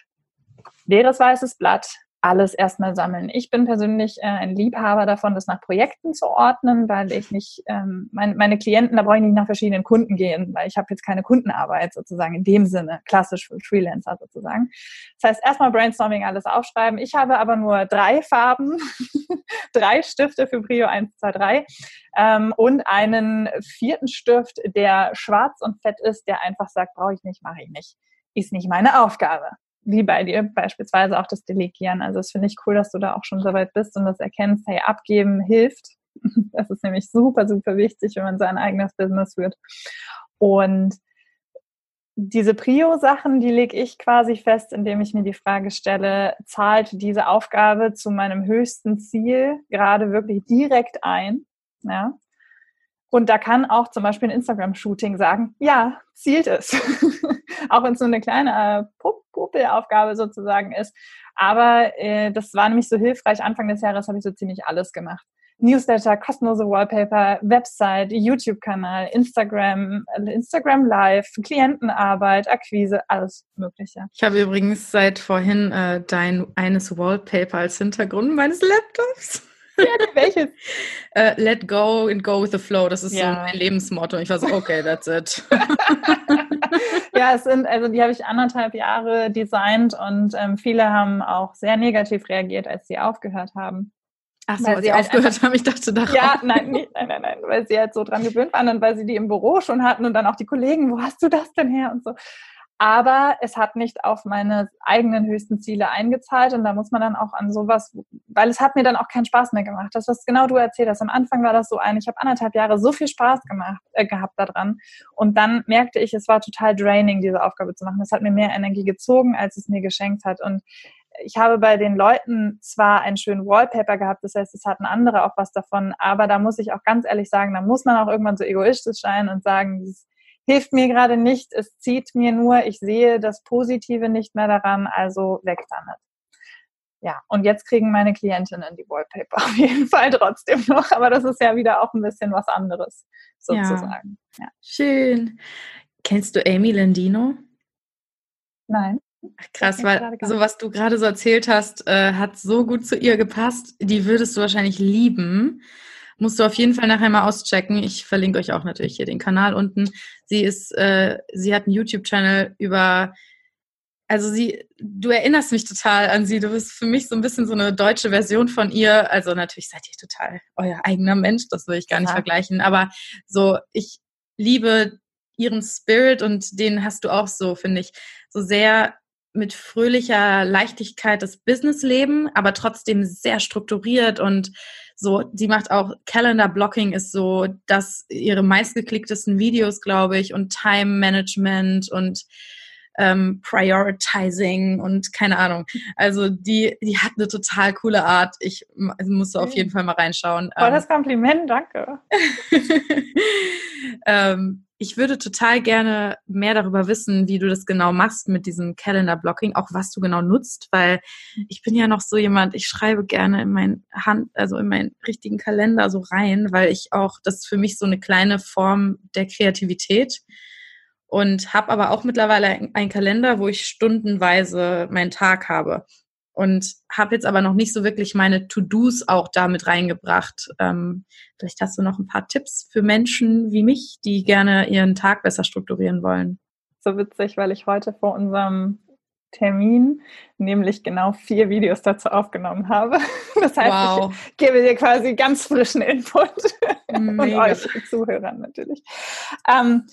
leeres weißes Blatt, alles erstmal sammeln. Ich bin persönlich äh, ein Liebhaber davon, das nach Projekten zu ordnen, weil ich nicht, ähm, mein, meine Klienten, da brauche ich nicht nach verschiedenen Kunden gehen, weil ich habe jetzt keine Kundenarbeit sozusagen in dem Sinne, klassisch für Freelancer sozusagen. Das heißt, erstmal Brainstorming, alles aufschreiben. Ich habe aber nur drei Farben, drei Stifte für Prio eins, zwei, drei ähm, und einen vierten Stift, der schwarz und fett ist, der einfach sagt, brauche ich nicht, mache ich nicht. Ist nicht meine Aufgabe. Wie bei dir beispielsweise auch das Delegieren. Also das finde ich cool, dass du da auch schon so weit bist und das erkennst, hey, abgeben hilft. Das ist nämlich super, super wichtig, wenn man sein eigenes Business führt. Und diese Prio-Sachen, die lege ich quasi fest, indem ich mir die Frage stelle, zahlt diese Aufgabe zu meinem höchsten Ziel gerade wirklich direkt ein? Ja. Und da kann auch zum Beispiel ein Instagram-Shooting sagen, ja, zielt es. Auch wenn es nur eine kleine äh, Puppelaufgabe sozusagen ist. Aber äh, das war nämlich so hilfreich. Anfang des Jahres habe ich so ziemlich alles gemacht. Newsletter, kostenlose Wallpaper, Website, YouTube-Kanal, Instagram, Instagram Live, Klientenarbeit, Akquise, alles Mögliche. Ich habe übrigens seit vorhin äh, dein eines Wallpaper als Hintergrund meines Laptops. Ja, welches? uh, let go and go with the flow. Das ist ja so mein Lebensmotto. Ich war so, okay, that's it. Ja, es sind, also die habe ich anderthalb Jahre designt und ähm, viele haben auch sehr negativ reagiert, als sie aufgehört haben. Ach so, als sie halt aufgehört einfach, haben, ich dachte darauf. Ja, nein, nicht, nein, nein, nein, weil sie halt so dran gewöhnt waren und weil sie die im Büro schon hatten und dann auch die Kollegen, wo hast du das denn her und so. Aber es hat nicht auf meine eigenen höchsten Ziele eingezahlt und da muss man dann auch an sowas, weil es hat mir dann auch keinen Spaß mehr gemacht. Das, was genau du erzählt hast, am Anfang war das so ein, ich habe anderthalb Jahre so viel Spaß gemacht, äh, gehabt daran und dann merkte ich, es war total draining, diese Aufgabe zu machen. Es hat mir mehr Energie gezogen, als es mir geschenkt hat und ich habe bei den Leuten zwar einen schönen Wallpaper gehabt, das heißt, es hatten andere auch was davon, aber da muss ich auch ganz ehrlich sagen, da muss man auch irgendwann so egoistisch sein und sagen, das hilft mir gerade nicht, es zieht mir nur, ich sehe das Positive nicht mehr daran, also weg damit. Ja, und jetzt kriegen meine Klientinnen die Wallpaper auf jeden Fall trotzdem noch, aber das ist ja wieder auch ein bisschen was anderes, sozusagen. Ja. Ja. Schön. Kennst du Amy Landino? Nein. Ach, krass, weil so was du gerade so erzählt hast, äh, hat so gut zu ihr gepasst. Die würdest du wahrscheinlich lieben. Musst du auf jeden Fall nachher mal auschecken. Ich verlinke euch auch natürlich hier den Kanal unten. Sie ist, äh, sie hat einen YouTube-Channel über, also sie, du erinnerst mich total an sie. Du bist für mich so ein bisschen so eine deutsche Version von ihr. Also natürlich seid ihr total euer eigener Mensch, das will ich gar nicht ja. vergleichen. Aber so, ich liebe ihren Spirit und den hast du auch so, finde ich, so sehr mit fröhlicher Leichtigkeit das Businessleben, aber trotzdem sehr strukturiert und so, sie macht auch Calendar Blocking ist so, dass ihre meistgeklicktesten Videos, glaube ich, und Time Management und ähm, Prioritizing und keine Ahnung. Also die, die hat eine total coole Art. Ich also musst du auf jeden Fall mal reinschauen. Voll das Kompliment, danke. ähm, Ich würde total gerne mehr darüber wissen, wie du das genau machst mit diesem Calendar-Blocking, auch was du genau nutzt, weil ich bin ja noch so jemand, ich schreibe gerne in mein Hand, also in meinen richtigen Kalender so rein, weil ich auch, das ist für mich so eine kleine Form der Kreativität und habe aber auch mittlerweile einen Kalender, wo ich stundenweise meinen Tag habe. Und habe jetzt aber noch nicht so wirklich meine To-Dos auch damit reingebracht. Ähm, vielleicht hast du noch ein paar Tipps für Menschen wie mich, die gerne ihren Tag besser strukturieren wollen. So witzig, weil ich heute vor unserem Termin nämlich genau vier Videos dazu aufgenommen habe. Das heißt, wow. Ich gebe dir quasi ganz frischen Input Mega. Und euch Zuhörern natürlich. Ähm,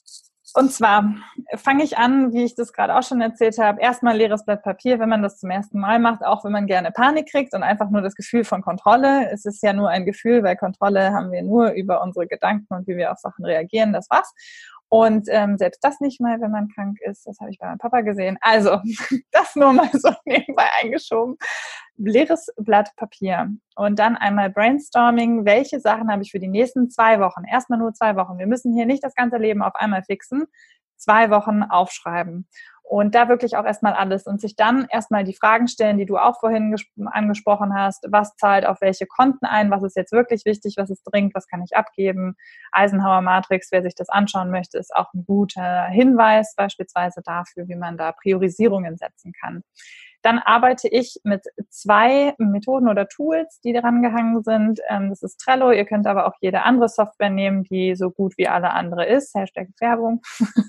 Und zwar fange ich an, wie ich das gerade auch schon erzählt habe, erstmal ein leeres Blatt Papier, wenn man das zum ersten Mal macht, auch wenn man gerne Panik kriegt und einfach nur das Gefühl von Kontrolle. Es ist ja nur ein Gefühl, weil Kontrolle haben wir nur über unsere Gedanken und wie wir auf Sachen reagieren, das war's. Und ähm, selbst das nicht mal, wenn man krank ist, das habe ich bei meinem Papa gesehen. Also, das nur mal so nebenbei eingeschoben. Leeres Blatt Papier und dann einmal Brainstorming, welche Sachen habe ich für die nächsten zwei Wochen, erstmal nur zwei Wochen, wir müssen hier nicht das ganze Leben auf einmal fixen, zwei Wochen aufschreiben und da wirklich auch erstmal alles und sich dann erstmal die Fragen stellen, die du auch vorhin ges- angesprochen hast, was zahlt auf welche Konten ein, was ist jetzt wirklich wichtig, was ist dringend, was kann ich abgeben, Eisenhower Matrix, wer sich das anschauen möchte, ist auch ein guter Hinweis beispielsweise dafür, wie man da Priorisierungen setzen kann. Dann arbeite ich mit zwei Methoden oder Tools, die dran gehangen sind. Das ist Trello. Ihr könnt aber auch jede andere Software nehmen, die so gut wie alle andere ist. Hashtag Werbung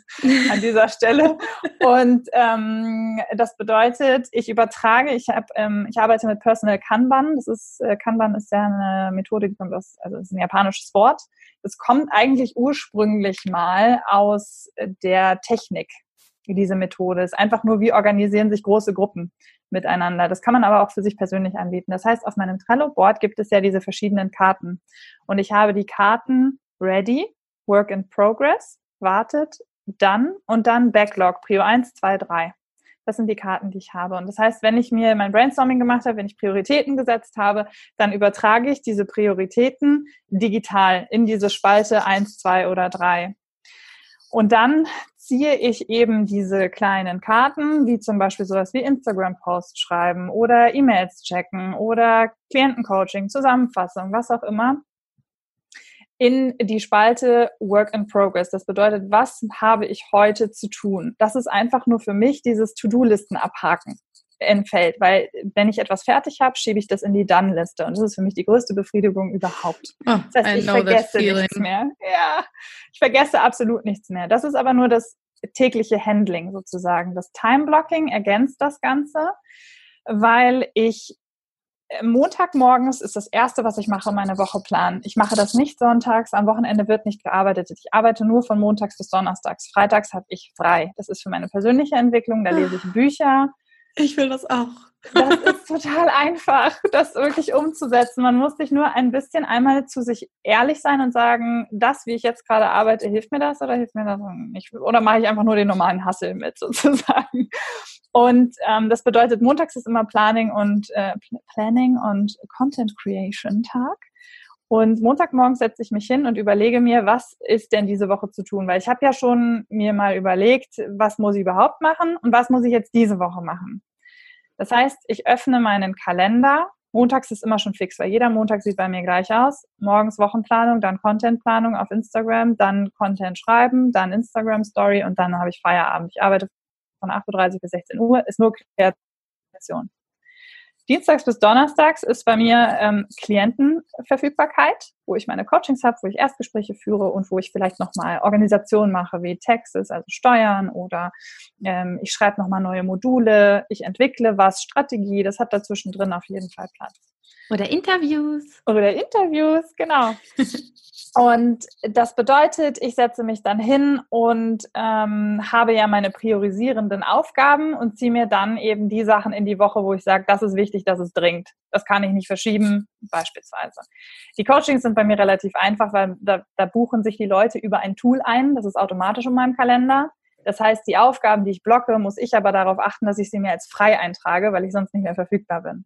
an dieser Stelle. Und ähm, das bedeutet, ich übertrage, ich, hab, ähm, ich arbeite mit Personal Kanban. Das ist, äh, Kanban ist ja eine Methode, die kommt aus, also das ist ein japanisches Wort. Das kommt eigentlich ursprünglich mal aus der Technik. Diese Methode ist einfach nur, wie organisieren sich große Gruppen miteinander. Das kann man aber auch für sich persönlich anbieten. Das heißt, auf meinem Trello-Board gibt es ja diese verschiedenen Karten. Und ich habe die Karten Ready, Work in Progress, Wartet, Done und dann Backlog, Prio eins, zwei, drei. Das sind die Karten, die ich habe. Und das heißt, wenn ich mir mein Brainstorming gemacht habe, wenn ich Prioritäten gesetzt habe, dann übertrage ich diese Prioritäten digital in diese Spalte eins, zwei oder drei. Und dann ziehe ich eben diese kleinen Karten, wie zum Beispiel sowas wie Instagram-Posts schreiben oder E-Mails checken oder Klientencoaching, Zusammenfassung, was auch immer, in die Spalte Work in Progress. Das bedeutet, was habe ich heute zu tun? Das ist einfach nur für mich dieses To-Do-Listen abhaken entfällt, weil wenn ich etwas fertig habe, schiebe ich das in die Done-Liste und das ist für mich die größte Befriedigung überhaupt. Oh, das heißt, ich vergesse nichts mehr. Ja, ich vergesse absolut nichts mehr. Das ist aber nur das tägliche Handling sozusagen. Das Time-Blocking ergänzt das Ganze, weil ich Montagmorgens ist das Erste, was ich mache, meine Woche planen. Ich mache das nicht sonntags, am Wochenende wird nicht gearbeitet. Ich arbeite nur von montags bis donnerstags. Freitags habe ich frei. Das ist für meine persönliche Entwicklung, da lese ich Bücher. Ich will das auch. Das ist total einfach, das wirklich umzusetzen. Man muss sich nur ein bisschen einmal zu sich ehrlich sein und sagen, das, wie ich jetzt gerade arbeite, hilft mir das oder hilft mir das nicht? Oder mache ich einfach nur den normalen Hustle mit sozusagen? Und ähm, das bedeutet, montags ist immer Planning und äh, Planning und Content Creation Tag. Und Montagmorgens setze ich mich hin und überlege mir, was ist denn diese Woche zu tun? Weil ich habe ja schon mir mal überlegt, was muss ich überhaupt machen und was muss ich jetzt diese Woche machen? Das heißt, ich öffne meinen Kalender. Montags ist immer schon fix, weil jeder Montag sieht bei mir gleich aus. Morgens Wochenplanung, dann Contentplanung auf Instagram, dann Content schreiben, dann Instagram Story und dann habe ich Feierabend. Ich arbeite von acht Uhr dreißig bis sechzehn Uhr, ist nur Kreation. Dienstags bis Donnerstags ist bei mir ähm, Klientenverfügbarkeit, wo ich meine Coachings habe, wo ich Erstgespräche führe und wo ich vielleicht nochmal Organisationen mache, wie Taxes, also Steuern oder ähm, ich schreibe nochmal neue Module, ich entwickle was, Strategie, das hat dazwischen drin auf jeden Fall Platz. Oder Interviews. Oder Interviews, genau. Und das bedeutet, ich setze mich dann hin und ähm, habe ja meine priorisierenden Aufgaben und ziehe mir dann eben die Sachen in die Woche, wo ich sage, das ist wichtig, das ist dringend. Das kann ich nicht verschieben, beispielsweise. Die Coachings sind bei mir relativ einfach, weil da, da buchen sich die Leute über ein Tool ein, das ist automatisch in meinem Kalender. Das heißt, die Aufgaben, die ich blocke, muss ich aber darauf achten, dass ich sie mir als frei eintrage, weil ich sonst nicht mehr verfügbar bin.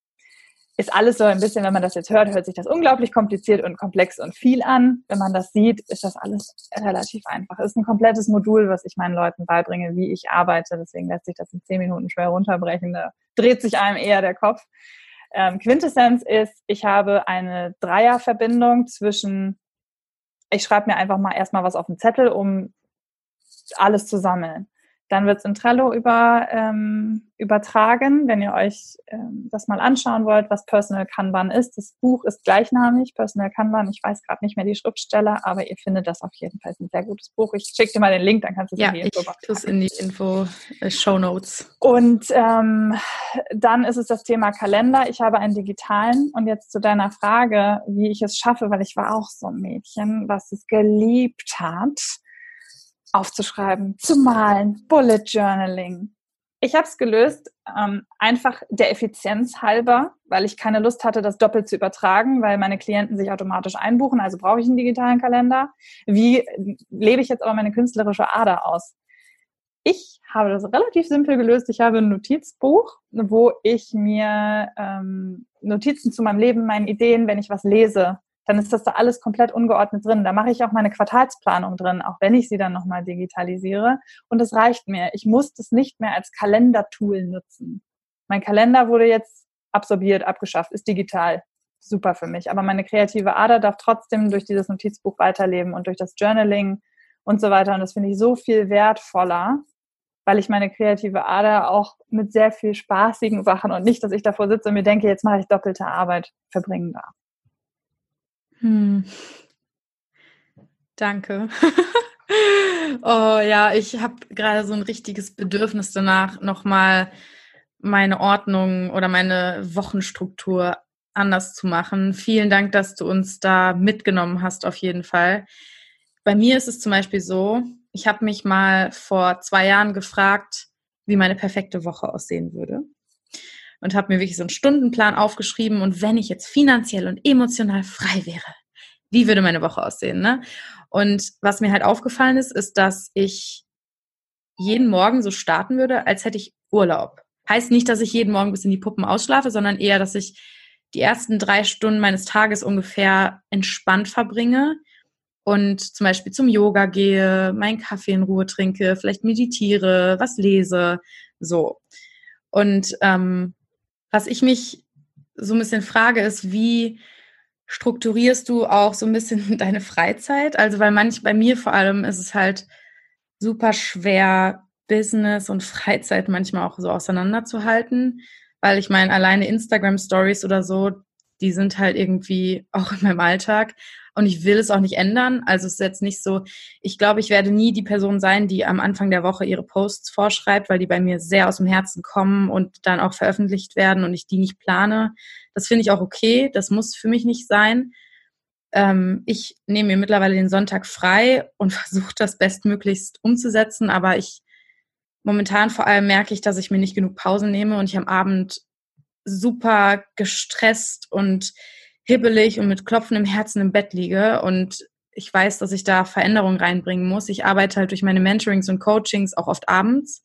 Ist alles so ein bisschen, wenn man das jetzt hört, hört sich das unglaublich kompliziert und komplex und viel an. Wenn man das sieht, ist das alles relativ einfach. Es ist ein komplettes Modul, was ich meinen Leuten beibringe, wie ich arbeite. Deswegen lässt sich das in zehn Minuten schwer runterbrechen. Da dreht sich einem eher der Kopf. Ähm, Quintessenz ist, ich habe eine Dreierverbindung zwischen, ich schreibe mir einfach mal erstmal was auf den Zettel, um alles zu sammeln. Dann wird es in Trello über, ähm, übertragen, wenn ihr euch ähm, das mal anschauen wollt, was Personal Kanban ist. Das Buch ist gleichnamig, Personal Kanban. Ich weiß gerade nicht mehr die Schriftsteller, aber ihr findet das auf jeden Fall. Es ist ein sehr gutes Buch. Ich schicke dir mal den Link, dann kannst du es ja, in die Info ich tue es in die Info äh, Show Notes. Und ähm, dann ist es das Thema Kalender. Ich habe einen digitalen. Und jetzt zu deiner Frage, wie ich es schaffe, weil ich war auch so ein Mädchen, was es geliebt hat, aufzuschreiben, zu malen, Bullet Journaling. Ich habe es gelöst, ähm, einfach der Effizienz halber, weil ich keine Lust hatte, das doppelt zu übertragen, weil meine Klienten sich automatisch einbuchen, also brauche ich einen digitalen Kalender. Wie lebe ich jetzt aber meine künstlerische Ader aus? Ich habe das relativ simpel gelöst. Ich habe ein Notizbuch, wo ich mir ähm, Notizen zu meinem Leben, meinen Ideen, wenn ich was lese, dann ist das da alles komplett ungeordnet drin. Da mache ich auch meine Quartalsplanung drin, auch wenn ich sie dann nochmal digitalisiere. Und es reicht mir. Ich muss das nicht mehr als Kalendertool nutzen. Mein Kalender wurde jetzt absorbiert, abgeschafft, ist digital. Super für mich. Aber meine kreative Ader darf trotzdem durch dieses Notizbuch weiterleben und durch das Journaling und so weiter. Und das finde ich so viel wertvoller, weil ich meine kreative Ader auch mit sehr viel spaßigen Sachen und nicht, dass ich davor sitze und mir denke, jetzt mache ich doppelte Arbeit, verbringen darf. Hm. Danke. Oh ja, ich habe gerade so ein richtiges Bedürfnis danach, nochmal meine Ordnung oder meine Wochenstruktur anders zu machen. Vielen Dank, dass du uns da mitgenommen hast, auf jeden Fall. Bei mir ist es zum Beispiel so, ich habe mich mal vor zwei Jahren gefragt, wie meine perfekte Woche aussehen würde. Und habe mir wirklich so einen Stundenplan aufgeschrieben. Und wenn ich jetzt finanziell und emotional frei wäre, wie würde meine Woche aussehen, ne? Und was mir halt aufgefallen ist, ist, dass ich jeden Morgen so starten würde, als hätte ich Urlaub. Heißt nicht, dass ich jeden Morgen bis in die Puppen ausschlafe, sondern eher, dass ich die ersten drei Stunden meines Tages ungefähr entspannt verbringe und zum Beispiel zum Yoga gehe, meinen Kaffee in Ruhe trinke, vielleicht meditiere, was lese, so. Und ähm, was ich mich so ein bisschen frage, ist, wie strukturierst du auch so ein bisschen deine Freizeit? Also weil manch, bei mir vor allem ist es halt super schwer, Business und Freizeit manchmal auch so auseinanderzuhalten, weil ich meine, alleine Instagram-Stories oder so, die sind halt irgendwie auch in meinem Alltag und ich will es auch nicht ändern. Also es ist jetzt nicht so, ich glaube, ich werde nie die Person sein, die am Anfang der Woche ihre Posts vorschreibt, weil die bei mir sehr aus dem Herzen kommen und dann auch veröffentlicht werden und ich die nicht plane. Das finde ich auch okay, das muss für mich nicht sein. Ähm, ich nehme mir mittlerweile den Sonntag frei und versuche das bestmöglichst umzusetzen, aber ich momentan vor allem merke ich, dass ich mir nicht genug Pausen nehme und ich am Abend super gestresst und hibbelig und mit Klopfen im Herzen im Bett liege und ich weiß, dass ich da Veränderungen reinbringen muss. Ich arbeite halt durch meine Mentorings und Coachings auch oft abends.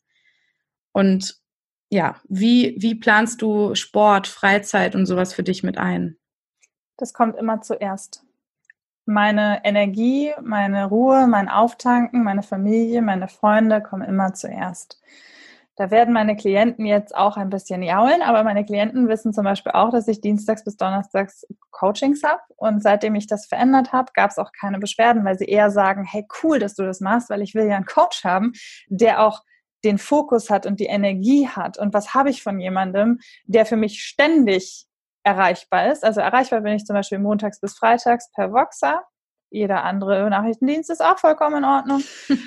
Und ja, wie, wie planst du Sport, Freizeit und sowas für dich mit ein? Das kommt immer zuerst. Meine Energie, meine Ruhe, mein Auftanken, meine Familie, meine Freunde kommen immer zuerst. Da werden meine Klienten jetzt auch ein bisschen jaulen, aber meine Klienten wissen zum Beispiel auch, dass ich dienstags bis donnerstags Coachings habe. Und seitdem ich das verändert habe, gab es auch keine Beschwerden, weil sie eher sagen, hey, cool, dass du das machst, weil ich will ja einen Coach haben, der auch den Fokus hat und die Energie hat. Und was habe ich von jemandem, der für mich ständig erreichbar ist? Also erreichbar bin ich zum Beispiel montags bis freitags per Voxer. Jeder andere Nachrichtendienst ist auch vollkommen in Ordnung.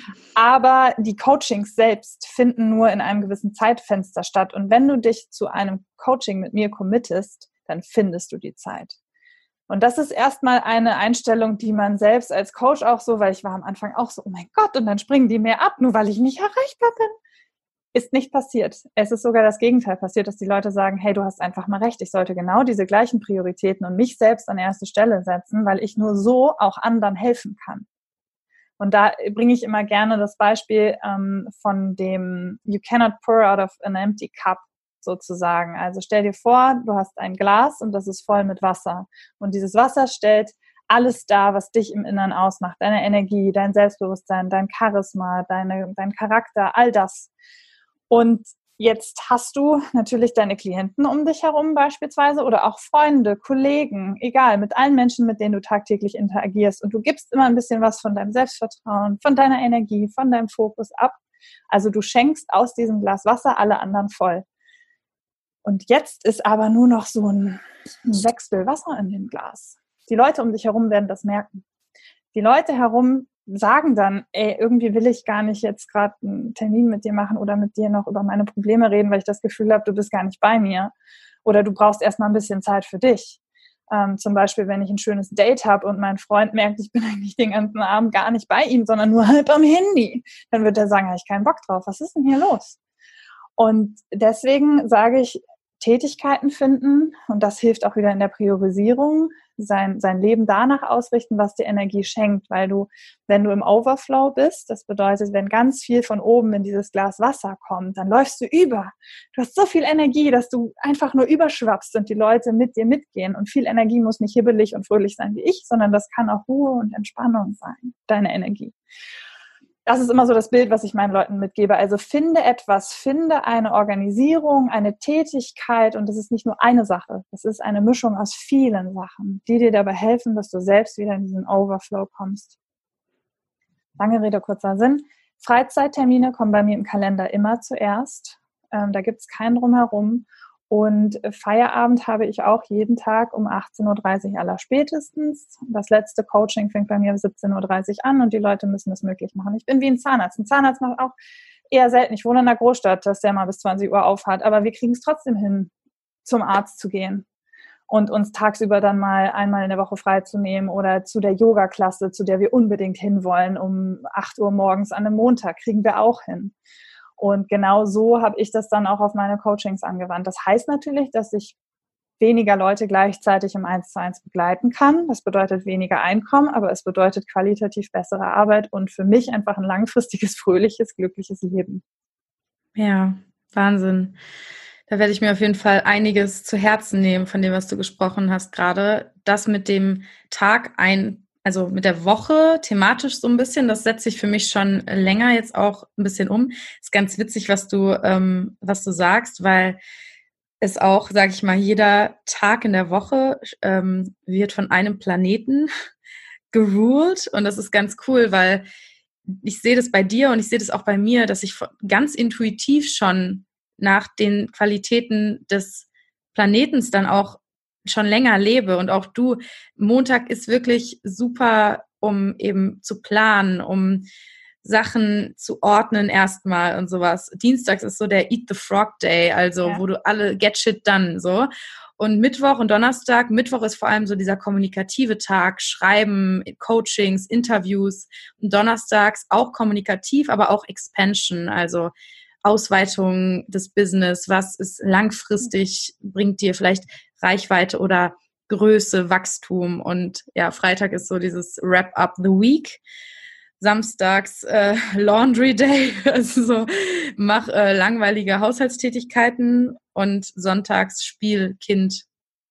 Aber die Coachings selbst finden nur in einem gewissen Zeitfenster statt. Und wenn du dich zu einem Coaching mit mir committest, dann findest du die Zeit. Und das ist erstmal eine Einstellung, die man selbst als Coach auch so, weil ich war am Anfang auch so, oh mein Gott, und dann springen die mir ab, nur weil ich nicht erreichbar bin. Ist nicht passiert. Es ist sogar das Gegenteil passiert, dass die Leute sagen, hey, du hast einfach mal recht, ich sollte genau diese gleichen Prioritäten und mich selbst an erste Stelle setzen, weil ich nur so auch anderen helfen kann. Und da bringe ich immer gerne das Beispiel ähm, von dem You cannot pour out of an empty cup sozusagen. Also stell dir vor, du hast ein Glas und das ist voll mit Wasser. Und dieses Wasser stellt alles dar, was dich im Inneren ausmacht. Deine Energie, dein Selbstbewusstsein, dein Charisma, deine, dein Charakter, all das. Und Jetzt hast du natürlich deine Klienten um dich herum beispielsweise oder auch Freunde, Kollegen, egal, mit allen Menschen, mit denen du tagtäglich interagierst. Und du gibst immer ein bisschen was von deinem Selbstvertrauen, von deiner Energie, von deinem Fokus ab. Also du schenkst aus diesem Glas Wasser alle anderen voll. Und jetzt ist aber nur noch so ein, ein Sechstel Wasser in dem Glas. Die Leute um dich herum werden das merken. Die Leute herum sagen dann, ey, irgendwie will ich gar nicht jetzt gerade einen Termin mit dir machen oder mit dir noch über meine Probleme reden, weil ich das Gefühl habe, du bist gar nicht bei mir. Oder du brauchst erstmal ein bisschen Zeit für dich. Ähm, zum Beispiel, wenn ich ein schönes Date habe und mein Freund merkt, ich bin eigentlich den ganzen Abend gar nicht bei ihm, sondern nur halb am Handy, dann wird er sagen, habe ich keinen Bock drauf. Was ist denn hier los? Und deswegen sage ich, Tätigkeiten finden, und das hilft auch wieder in der Priorisierung, sein, sein Leben danach ausrichten, was dir Energie schenkt, weil du, wenn du im Overflow bist, das bedeutet, wenn ganz viel von oben in dieses Glas Wasser kommt, dann läufst du über. Du hast so viel Energie, dass du einfach nur überschwappst und die Leute mit dir mitgehen. Und viel Energie muss nicht hibbelig und fröhlich sein wie ich, sondern das kann auch Ruhe und Entspannung sein, deine Energie. Das ist immer so das Bild, was ich meinen Leuten mitgebe. Also finde etwas, finde eine Organisierung, eine Tätigkeit, und das ist nicht nur eine Sache, das ist eine Mischung aus vielen Sachen, die dir dabei helfen, dass du selbst wieder in diesen Overflow kommst. Lange Rede, kurzer Sinn. Freizeittermine kommen bei mir im Kalender immer zuerst. Ähm, da gibt es keinen Drumherum. Und Feierabend habe ich auch jeden Tag um achtzehn Uhr dreißig allerspätestens. Das letzte Coaching fängt bei mir um siebzehn Uhr dreißig an und die Leute müssen es möglich machen. Ich bin wie ein Zahnarzt. Ein Zahnarzt macht auch eher selten. Ich wohne in einer Großstadt, dass der mal bis zwanzig Uhr aufhat. Aber wir kriegen es trotzdem hin, zum Arzt zu gehen und uns tagsüber dann mal einmal in der Woche freizunehmen oder zu der Yoga-Klasse, zu der wir unbedingt hinwollen, um acht Uhr morgens an einem Montag, kriegen wir auch hin. Und genau so habe ich das dann auch auf meine Coachings angewandt. Das heißt natürlich, dass ich weniger Leute gleichzeitig im eins zu eins begleiten kann. Das bedeutet weniger Einkommen, aber es bedeutet qualitativ bessere Arbeit und für mich einfach ein langfristiges, fröhliches, glückliches Leben. Ja, Wahnsinn. Da werde ich mir auf jeden Fall einiges zu Herzen nehmen von dem, was du gesprochen hast gerade. Das mit dem Tag ein Also mit der Woche thematisch so ein bisschen, das setzt sich für mich schon länger jetzt auch ein bisschen um. Ist ganz witzig, was du, ähm, was du sagst, weil es auch, sage ich mal, jeder Tag in der Woche ähm, wird von einem Planeten geruled und das ist ganz cool, weil ich sehe das bei dir und ich sehe das auch bei mir, dass ich ganz intuitiv schon nach den Qualitäten des Planetens dann auch schon länger lebe und auch du, Montag ist wirklich super, um eben zu planen, um Sachen zu ordnen erstmal und sowas. Dienstags ist so der Eat the Frog Day, also ja, wo du alle get shit done, so. Und Mittwoch und Donnerstag, Mittwoch ist vor allem so dieser kommunikative Tag, Schreiben, Coachings, Interviews. Und donnerstags auch kommunikativ, aber auch Expansion, also Ausweitung des Business, was ist langfristig, bringt dir vielleicht Reichweite oder Größe, Wachstum. Und ja, Freitag ist so dieses Wrap-up the Week. Samstags äh, Laundry Day, also so mach äh, langweilige Haushaltstätigkeiten und sonntags Spiel, Kind,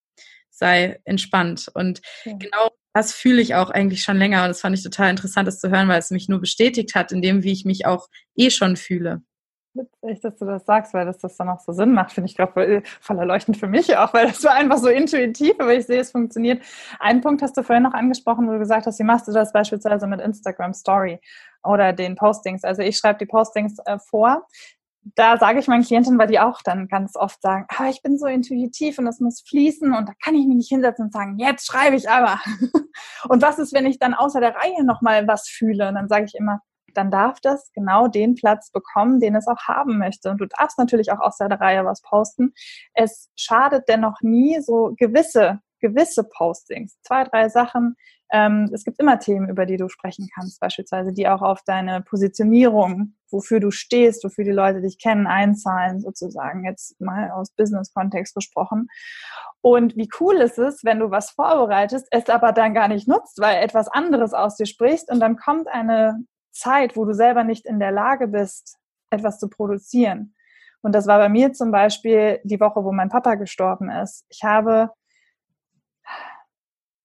sei entspannt. Und ja, genau das fühle ich auch eigentlich schon länger und das fand ich total interessant, das zu hören, weil es mich nur bestätigt hat in dem, wie ich mich auch eh schon fühle. Witzig, dass du das sagst, weil das, das dann auch so Sinn macht, finde ich gerade voll, voll erleuchtend für mich auch, weil das war einfach so intuitiv, aber ich sehe, es funktioniert. Einen Punkt hast du vorhin noch angesprochen, wo du gesagt hast, wie machst du das beispielsweise mit Instagram Story oder den Postings? Also ich schreibe die Postings äh, vor. Da sage ich meinen Klientinnen, weil die auch dann ganz oft sagen, aber ich bin so intuitiv und das muss fließen und da kann ich mich nicht hinsetzen und sagen, jetzt schreibe ich aber. Und was ist, wenn ich dann außer der Reihe nochmal was fühle? Und dann sage ich immer, dann darf das genau den Platz bekommen, den es auch haben möchte. Und du darfst natürlich auch aus der Reihe was posten. Es schadet dennoch nie, so gewisse, gewisse Postings, zwei, drei Sachen. Ähm, es gibt immer Themen, über die du sprechen kannst, beispielsweise, die auch auf deine Positionierung, wofür du stehst, wofür die Leute dich kennen, einzahlen, sozusagen, jetzt mal aus Business-Kontext gesprochen. Und wie cool ist es, wenn du was vorbereitest, es aber dann gar nicht nutzt, weil etwas anderes aus dir spricht und dann kommt eine Zeit, wo du selber nicht in der Lage bist, etwas zu produzieren. Und das war bei mir zum Beispiel die Woche, wo mein Papa gestorben ist. Ich habe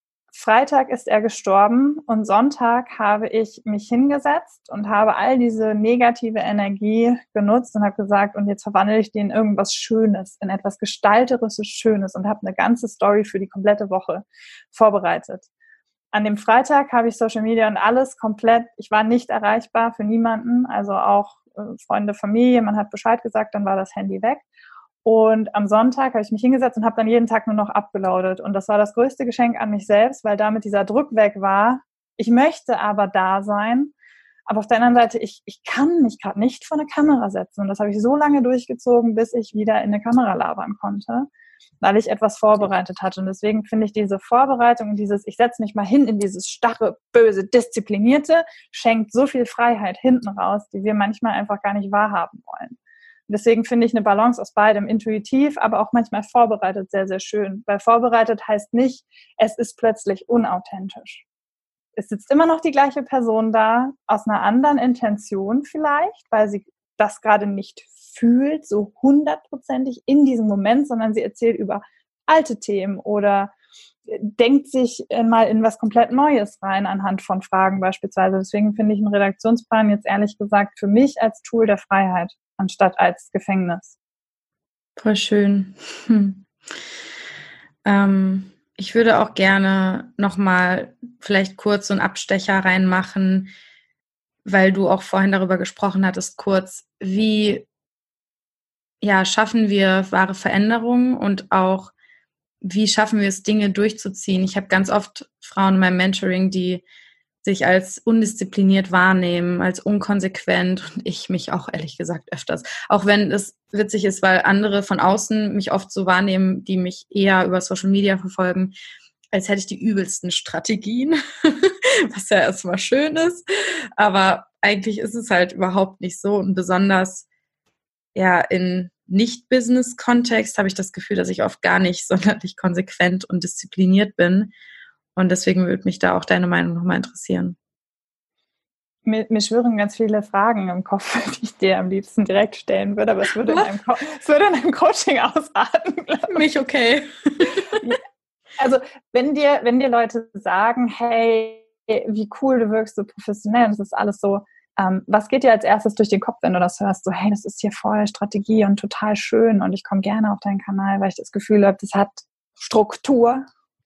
Freitag ist er gestorben und Sonntag habe ich mich hingesetzt und habe all diese negative Energie genutzt und habe gesagt, und jetzt verwandle ich die in irgendwas Schönes, in etwas Gestalterisches Schönes und habe eine ganze Story für die komplette Woche vorbereitet. An dem Freitag habe ich Social Media und alles komplett, ich war nicht erreichbar für niemanden, also auch äh, Freunde, Familie, man hat Bescheid gesagt, dann war das Handy weg. Und am Sonntag habe ich mich hingesetzt und habe dann jeden Tag nur noch abgeloadet. Und das war das größte Geschenk an mich selbst, weil damit dieser Druck weg war. Ich möchte aber da sein. Aber auf der anderen Seite, ich, ich kann mich gerade nicht vor eine Kamera setzen. Und das habe ich so lange durchgezogen, bis ich wieder in eine Kamera labern konnte, weil ich etwas vorbereitet hatte. Und deswegen finde ich diese Vorbereitung und dieses, ich setze mich mal hin in dieses starre, böse, disziplinierte, schenkt so viel Freiheit hinten raus, die wir manchmal einfach gar nicht wahrhaben wollen. Deswegen finde ich eine Balance aus beidem, intuitiv, aber auch manchmal vorbereitet, sehr, sehr schön. Weil vorbereitet heißt nicht, es ist plötzlich unauthentisch. Es sitzt immer noch die gleiche Person da, aus einer anderen Intention vielleicht, weil sie das gerade nicht fühlt, so hundertprozentig in diesem Moment, sondern sie erzählt über alte Themen oder denkt sich mal in was komplett Neues rein anhand von Fragen beispielsweise. Deswegen finde ich einen Redaktionsplan jetzt ehrlich gesagt für mich als Tool der Freiheit anstatt als Gefängnis. Voll schön. Hm. Ähm, ich würde auch gerne nochmal vielleicht kurz so einen Abstecher reinmachen, weil du auch vorhin darüber gesprochen hattest, kurz, wie ja, schaffen wir wahre Veränderungen und auch wie schaffen wir es, Dinge durchzuziehen. Ich habe ganz oft Frauen in meinem Mentoring, die sich als undiszipliniert wahrnehmen, als unkonsequent und ich mich auch ehrlich gesagt öfters. Auch wenn es witzig ist, weil andere von außen mich oft so wahrnehmen, die mich eher über Social Media verfolgen, als hätte ich die übelsten Strategien, was ja erstmal schön ist. Aber eigentlich ist es halt überhaupt nicht so und besonders ja in Nicht-Business-Kontext habe ich das Gefühl, dass ich oft gar nicht sonderlich konsequent und diszipliniert bin. Und deswegen würde mich da auch deine Meinung nochmal interessieren. Mir, mir schwirren ganz viele Fragen im Kopf, die ich dir am liebsten direkt stellen würde, aber es würde in einem, Co- es würde in einem Coaching ausarten. Mich okay. Also wenn dir, wenn dir Leute sagen, hey, wie cool du wirkst, so professionell, das ist alles so, ähm, was geht dir als erstes durch den Kopf, wenn du das hörst? So, hey, das ist hier voll Strategie und total schön und ich komme gerne auf deinen Kanal, weil ich das Gefühl habe, das hat Struktur.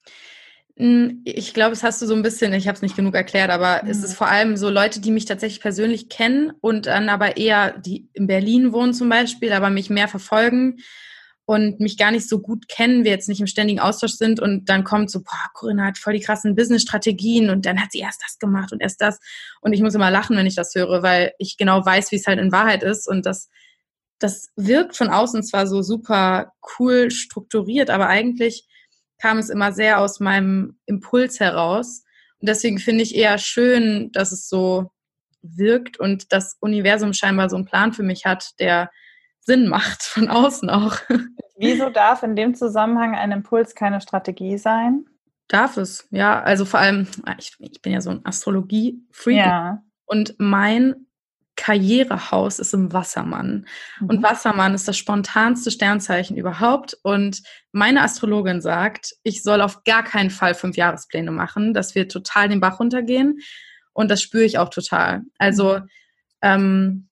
Ich glaube, das hast du so ein bisschen, ich habe es nicht genug erklärt, aber mhm. es ist vor allem so Leute, die mich tatsächlich persönlich kennen und dann aber eher, die in Berlin wohnen zum Beispiel, aber mich mehr verfolgen und mich gar nicht so gut kennen, wir jetzt nicht im ständigen Austausch sind und dann kommt so, boah, Corinna hat voll die krassen Business-Strategien und dann hat sie erst das gemacht und erst das und ich muss immer lachen, wenn ich das höre, weil ich genau weiß, wie es halt in Wahrheit ist und das, das wirkt von außen zwar so super cool strukturiert, aber eigentlich kam es immer sehr aus meinem Impuls heraus. Und deswegen finde ich eher schön, dass es so wirkt und das Universum scheinbar so einen Plan für mich hat, der Sinn macht, von außen auch. Wieso darf in dem Zusammenhang ein Impuls keine Strategie sein? Darf es, ja. Also vor allem, ich, ich bin ja so ein Astrologie-Freak. Ja. Und mein Karrierehaus ist im Wassermann. Mhm. Und Wassermann ist das spontanste Sternzeichen überhaupt. Und meine Astrologin sagt, ich soll auf gar keinen Fall Fünfjahrespläne machen. Das wird total den Bach runtergehen. Und das spüre ich auch total. Also, mhm. ähm,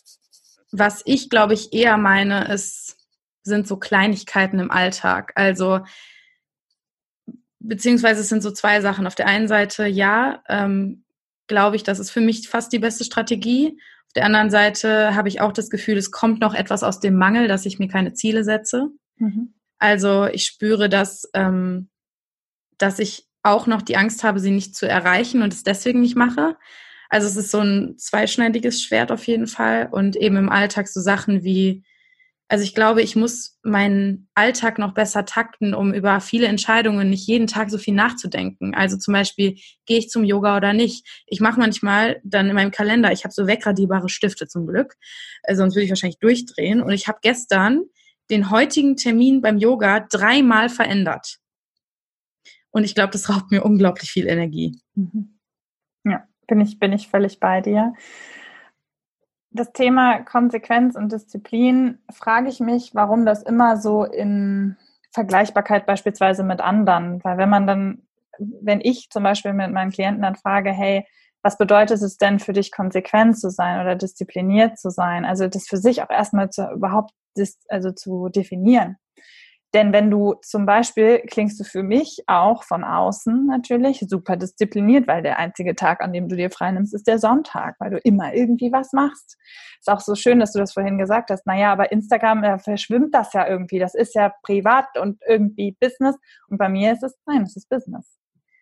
was ich, glaube ich, eher meine, ist, sind so Kleinigkeiten im Alltag. Also, beziehungsweise es sind so zwei Sachen. Auf der einen Seite, ja, ähm, glaube ich, das ist für mich fast die beste Strategie. Auf der anderen Seite habe ich auch das Gefühl, es kommt noch etwas aus dem Mangel, dass ich mir keine Ziele setze. Mhm. Also ich spüre, dass, ähm, dass ich auch noch die Angst habe, sie nicht zu erreichen und es deswegen nicht mache. Also es ist so ein zweischneidiges Schwert auf jeden Fall und eben im Alltag so Sachen wie, also ich glaube, ich muss meinen Alltag noch besser takten, um über viele Entscheidungen nicht jeden Tag so viel nachzudenken. Also zum Beispiel, gehe ich zum Yoga oder nicht? Ich mache manchmal dann in meinem Kalender, ich habe so wegradierbare Stifte zum Glück, sonst würde ich wahrscheinlich durchdrehen. Und ich habe gestern den heutigen Termin beim Yoga dreimal verändert. Und ich glaube, das raubt mir unglaublich viel Energie. Ja, bin ich, bin ich völlig bei dir. Das Thema Konsequenz und Disziplin, frage ich mich, warum das immer so in Vergleichbarkeit beispielsweise mit anderen, weil wenn man dann wenn ich zum Beispiel mit meinen Klienten dann frage, hey, was bedeutet es denn für dich, konsequent zu sein oder diszipliniert zu sein? Also das für sich auch erstmal zu, überhaupt dis, also zu definieren. Denn wenn du zum Beispiel, klingst du für mich auch von außen natürlich super diszipliniert, weil der einzige Tag, an dem du dir frei nimmst, ist der Sonntag, weil du immer irgendwie was machst. Ist auch so schön, dass du das vorhin gesagt hast. Naja, aber Instagram, da verschwimmt das ja irgendwie. Das ist ja privat und irgendwie Business. Und bei mir ist es, nein, es ist Business.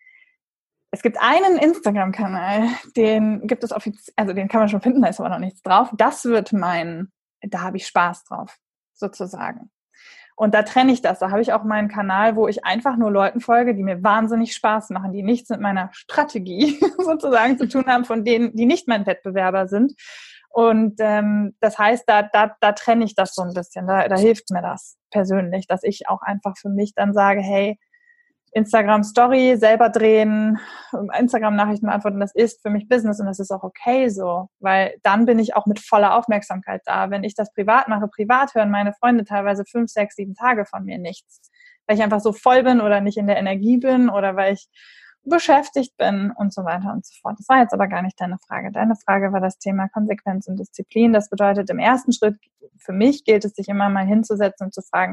Es gibt einen Instagram-Kanal, den gibt es offiziell, also den kann man schon finden, da ist aber noch nichts drauf. Das wird mein, da habe ich Spaß drauf, sozusagen. Und da trenne ich das. Da habe ich auch meinen Kanal, wo ich einfach nur Leuten folge, die mir wahnsinnig Spaß machen, die nichts mit meiner Strategie sozusagen zu tun haben, von denen, die nicht mein Wettbewerber sind. Und ähm, das heißt, da, da, da trenne ich das so ein bisschen. Da, da hilft mir das persönlich, dass ich auch einfach für mich dann sage, hey, Instagram-Story selber drehen, Instagram-Nachrichten beantworten, das ist für mich Business und das ist auch okay so, weil dann bin ich auch mit voller Aufmerksamkeit da. Wenn ich das privat mache, privat hören meine Freunde teilweise fünf, sechs, sieben Tage von mir nichts, weil ich einfach so voll bin oder nicht in der Energie bin oder weil ich beschäftigt bin und so weiter und so fort. Das war jetzt aber gar nicht deine Frage. Deine Frage war das Thema Konsequenz und Disziplin. Das bedeutet, im ersten Schritt für mich gilt es, sich immer mal hinzusetzen und zu fragen,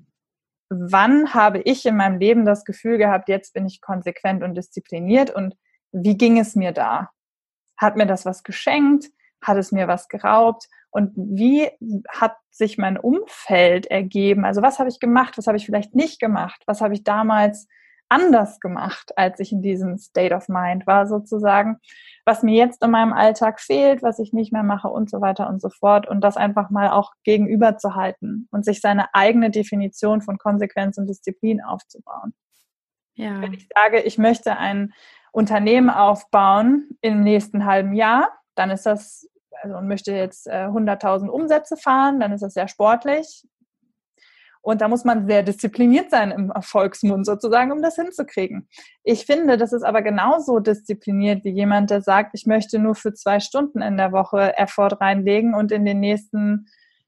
wann habe ich in meinem Leben das Gefühl gehabt, jetzt bin ich konsequent und diszipliniert und wie ging es mir da? Hat mir das was geschenkt? Hat es mir was geraubt? Und wie hat sich mein Umfeld ergeben? Also was habe ich gemacht? Was habe ich vielleicht nicht gemacht? Was habe ich damals anders gemacht, als ich in diesem State of Mind war sozusagen? Was mir jetzt in meinem Alltag fehlt, was ich nicht mehr mache und so weiter und so fort. Und das einfach mal auch gegenüber zu halten und sich seine eigene Definition von Konsequenz und Disziplin aufzubauen. Ja. Wenn ich sage, ich möchte ein Unternehmen aufbauen im nächsten halben Jahr, dann ist das, also und möchte jetzt äh, hunderttausend Umsätze fahren, dann ist das sehr sportlich. Und da muss man sehr diszipliniert sein im Erfolgsmund sozusagen, um das hinzukriegen. Ich finde, das ist aber genauso diszipliniert wie jemand, der sagt, ich möchte nur für zwei Stunden in der Woche Effort reinlegen und in den nächsten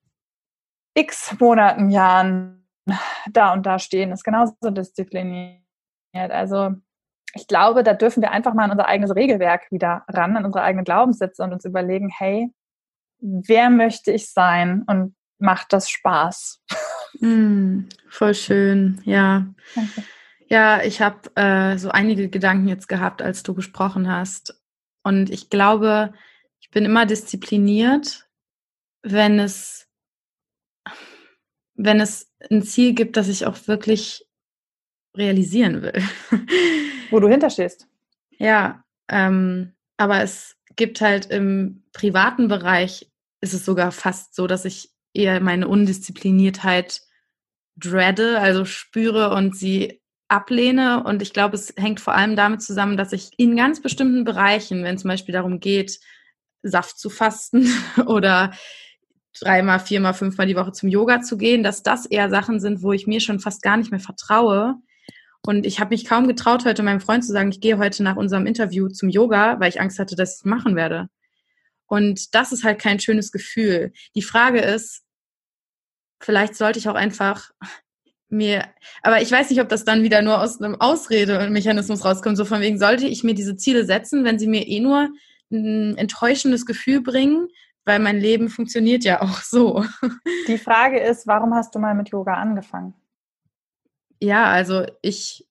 x Monaten, Jahren da und da stehen. Das ist genauso diszipliniert. Also ich glaube, da dürfen wir einfach mal an unser eigenes Regelwerk wieder ran, an unsere eigenen Glaubenssätze und uns überlegen, hey, wer möchte ich sein und macht das Spaß? Mm, voll schön, ja. Danke. Ja, ich habe äh, so einige Gedanken jetzt gehabt, als du gesprochen hast. Und ich glaube, ich bin immer diszipliniert, wenn es, wenn es ein Ziel gibt, das ich auch wirklich realisieren will. Wo du hinterstehst. Ja, ähm, aber es gibt halt im privaten Bereich, ist es sogar fast so, dass ich eher meine Undiszipliniertheit dreade, also spüre und sie ablehne. Und ich glaube, es hängt vor allem damit zusammen, dass ich in ganz bestimmten Bereichen, wenn es zum Beispiel darum geht, Saft zu fasten oder dreimal, viermal, fünfmal die Woche zum Yoga zu gehen, dass das eher Sachen sind, wo ich mir schon fast gar nicht mehr vertraue. Und ich habe mich kaum getraut, heute meinem Freund zu sagen, ich gehe heute nach unserem Interview zum Yoga, weil ich Angst hatte, dass ich es machen werde. Und das ist halt kein schönes Gefühl. Die Frage ist, vielleicht sollte ich auch einfach mir, aber ich weiß nicht, ob das dann wieder nur aus einem Ausredemechanismus rauskommt, so von wegen, sollte ich mir diese Ziele setzen, wenn sie mir eh nur ein enttäuschendes Gefühl bringen, weil mein Leben funktioniert ja auch so. Die Frage ist, warum hast du mal mit Yoga angefangen? Ja, also ich,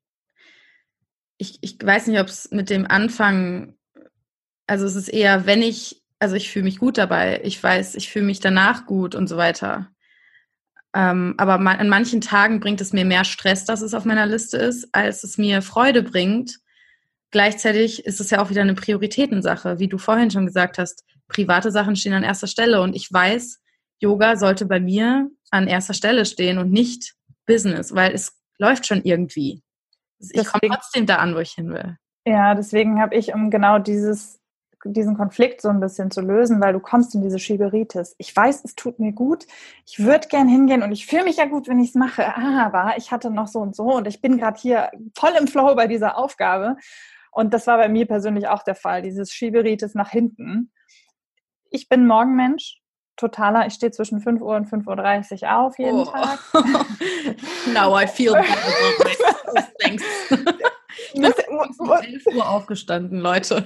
ich, ich weiß nicht, ob es mit dem Anfang, also es ist eher, wenn ich, also ich fühle mich gut dabei, ich weiß, ich fühle mich danach gut und so weiter. Ähm, aber man, an manchen Tagen bringt es mir mehr Stress, dass es auf meiner Liste ist, als es mir Freude bringt. Gleichzeitig ist es ja auch wieder eine Prioritätensache, wie du vorhin schon gesagt hast. Private Sachen stehen an erster Stelle und ich weiß, Yoga sollte bei mir an erster Stelle stehen und nicht Business, weil es läuft schon irgendwie. Ich komme trotzdem da an, wo ich hin will. Ja, deswegen habe ich, um genau dieses, diesen Konflikt so ein bisschen zu lösen, weil du kommst in diese Schieberitis. Ich weiß, es tut mir gut. Ich würde gern hingehen und ich fühle mich ja gut, wenn ich es mache. Aber ich hatte noch so und so und ich bin gerade hier voll im Flow bei dieser Aufgabe. Und das war bei mir persönlich auch der Fall, dieses Schieberitis nach hinten. Ich bin Morgenmensch. Totaler, ich stehe zwischen fünf Uhr und fünf Uhr dreißig auf jeden oh. Tag. Now I feel bad about myself. Thanks. morgens um elf Uhr aufgestanden, Leute.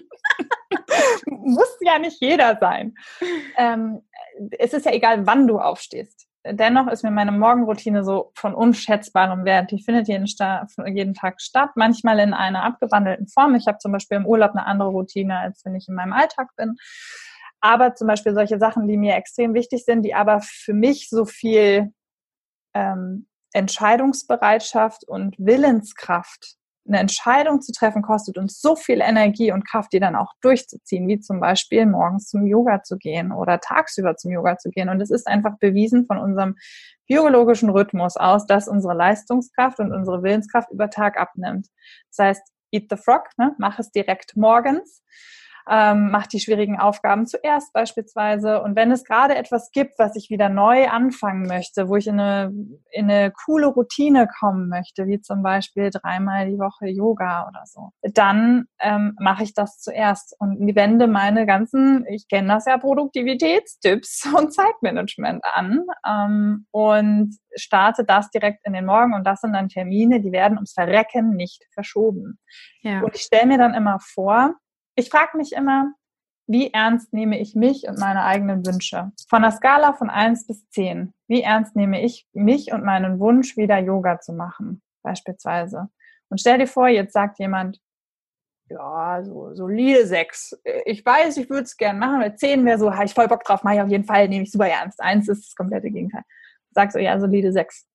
Muss ja nicht jeder sein. Ähm, es ist ja egal, wann du aufstehst. Dennoch ist mir meine Morgenroutine so von unschätzbarem Wert. Die findet jeden, Sta- jeden Tag statt, manchmal in einer abgewandelten Form. Ich habe zum Beispiel im Urlaub eine andere Routine, als wenn ich in meinem Alltag bin. Aber zum Beispiel solche Sachen, die mir extrem wichtig sind, die aber für mich so viel ähm, Entscheidungsbereitschaft und Willenskraft, eine Entscheidung zu treffen, kostet uns so viel Energie und Kraft, die dann auch durchzuziehen, wie zum Beispiel morgens zum Yoga zu gehen oder tagsüber zum Yoga zu gehen. Und es ist einfach bewiesen von unserem biologischen Rhythmus aus, dass unsere Leistungskraft und unsere Willenskraft über Tag abnimmt. Das heißt, eat the frog, ne? Mach es direkt morgens. Ähm, mach die schwierigen Aufgaben zuerst beispielsweise. Und wenn es gerade etwas gibt, was ich wieder neu anfangen möchte, wo ich in eine, in eine coole Routine kommen möchte, wie zum Beispiel dreimal die Woche Yoga oder so, dann ähm, mache ich das zuerst und wende meine ganzen, ich kenne das ja, Produktivitätstipps und Zeitmanagement an ähm, und starte das direkt in den Morgen. Und das sind dann Termine, die werden ums Verrecken nicht verschoben. Ja. Und ich stelle mir dann immer vor, ich frage mich immer, wie ernst nehme ich mich und meine eigenen Wünsche? Von der Skala von eins bis zehn. Wie ernst nehme ich mich und meinen Wunsch, wieder Yoga zu machen, beispielsweise? Und stell dir vor, jetzt sagt jemand, ja, so solide sechs. Ich weiß, ich würde es gerne machen, weil zehn wäre so, habe ich voll Bock drauf, mache ich auf jeden Fall, nehme ich super ernst. eins ist das komplette Gegenteil. Sagst du, ja, solide sechs.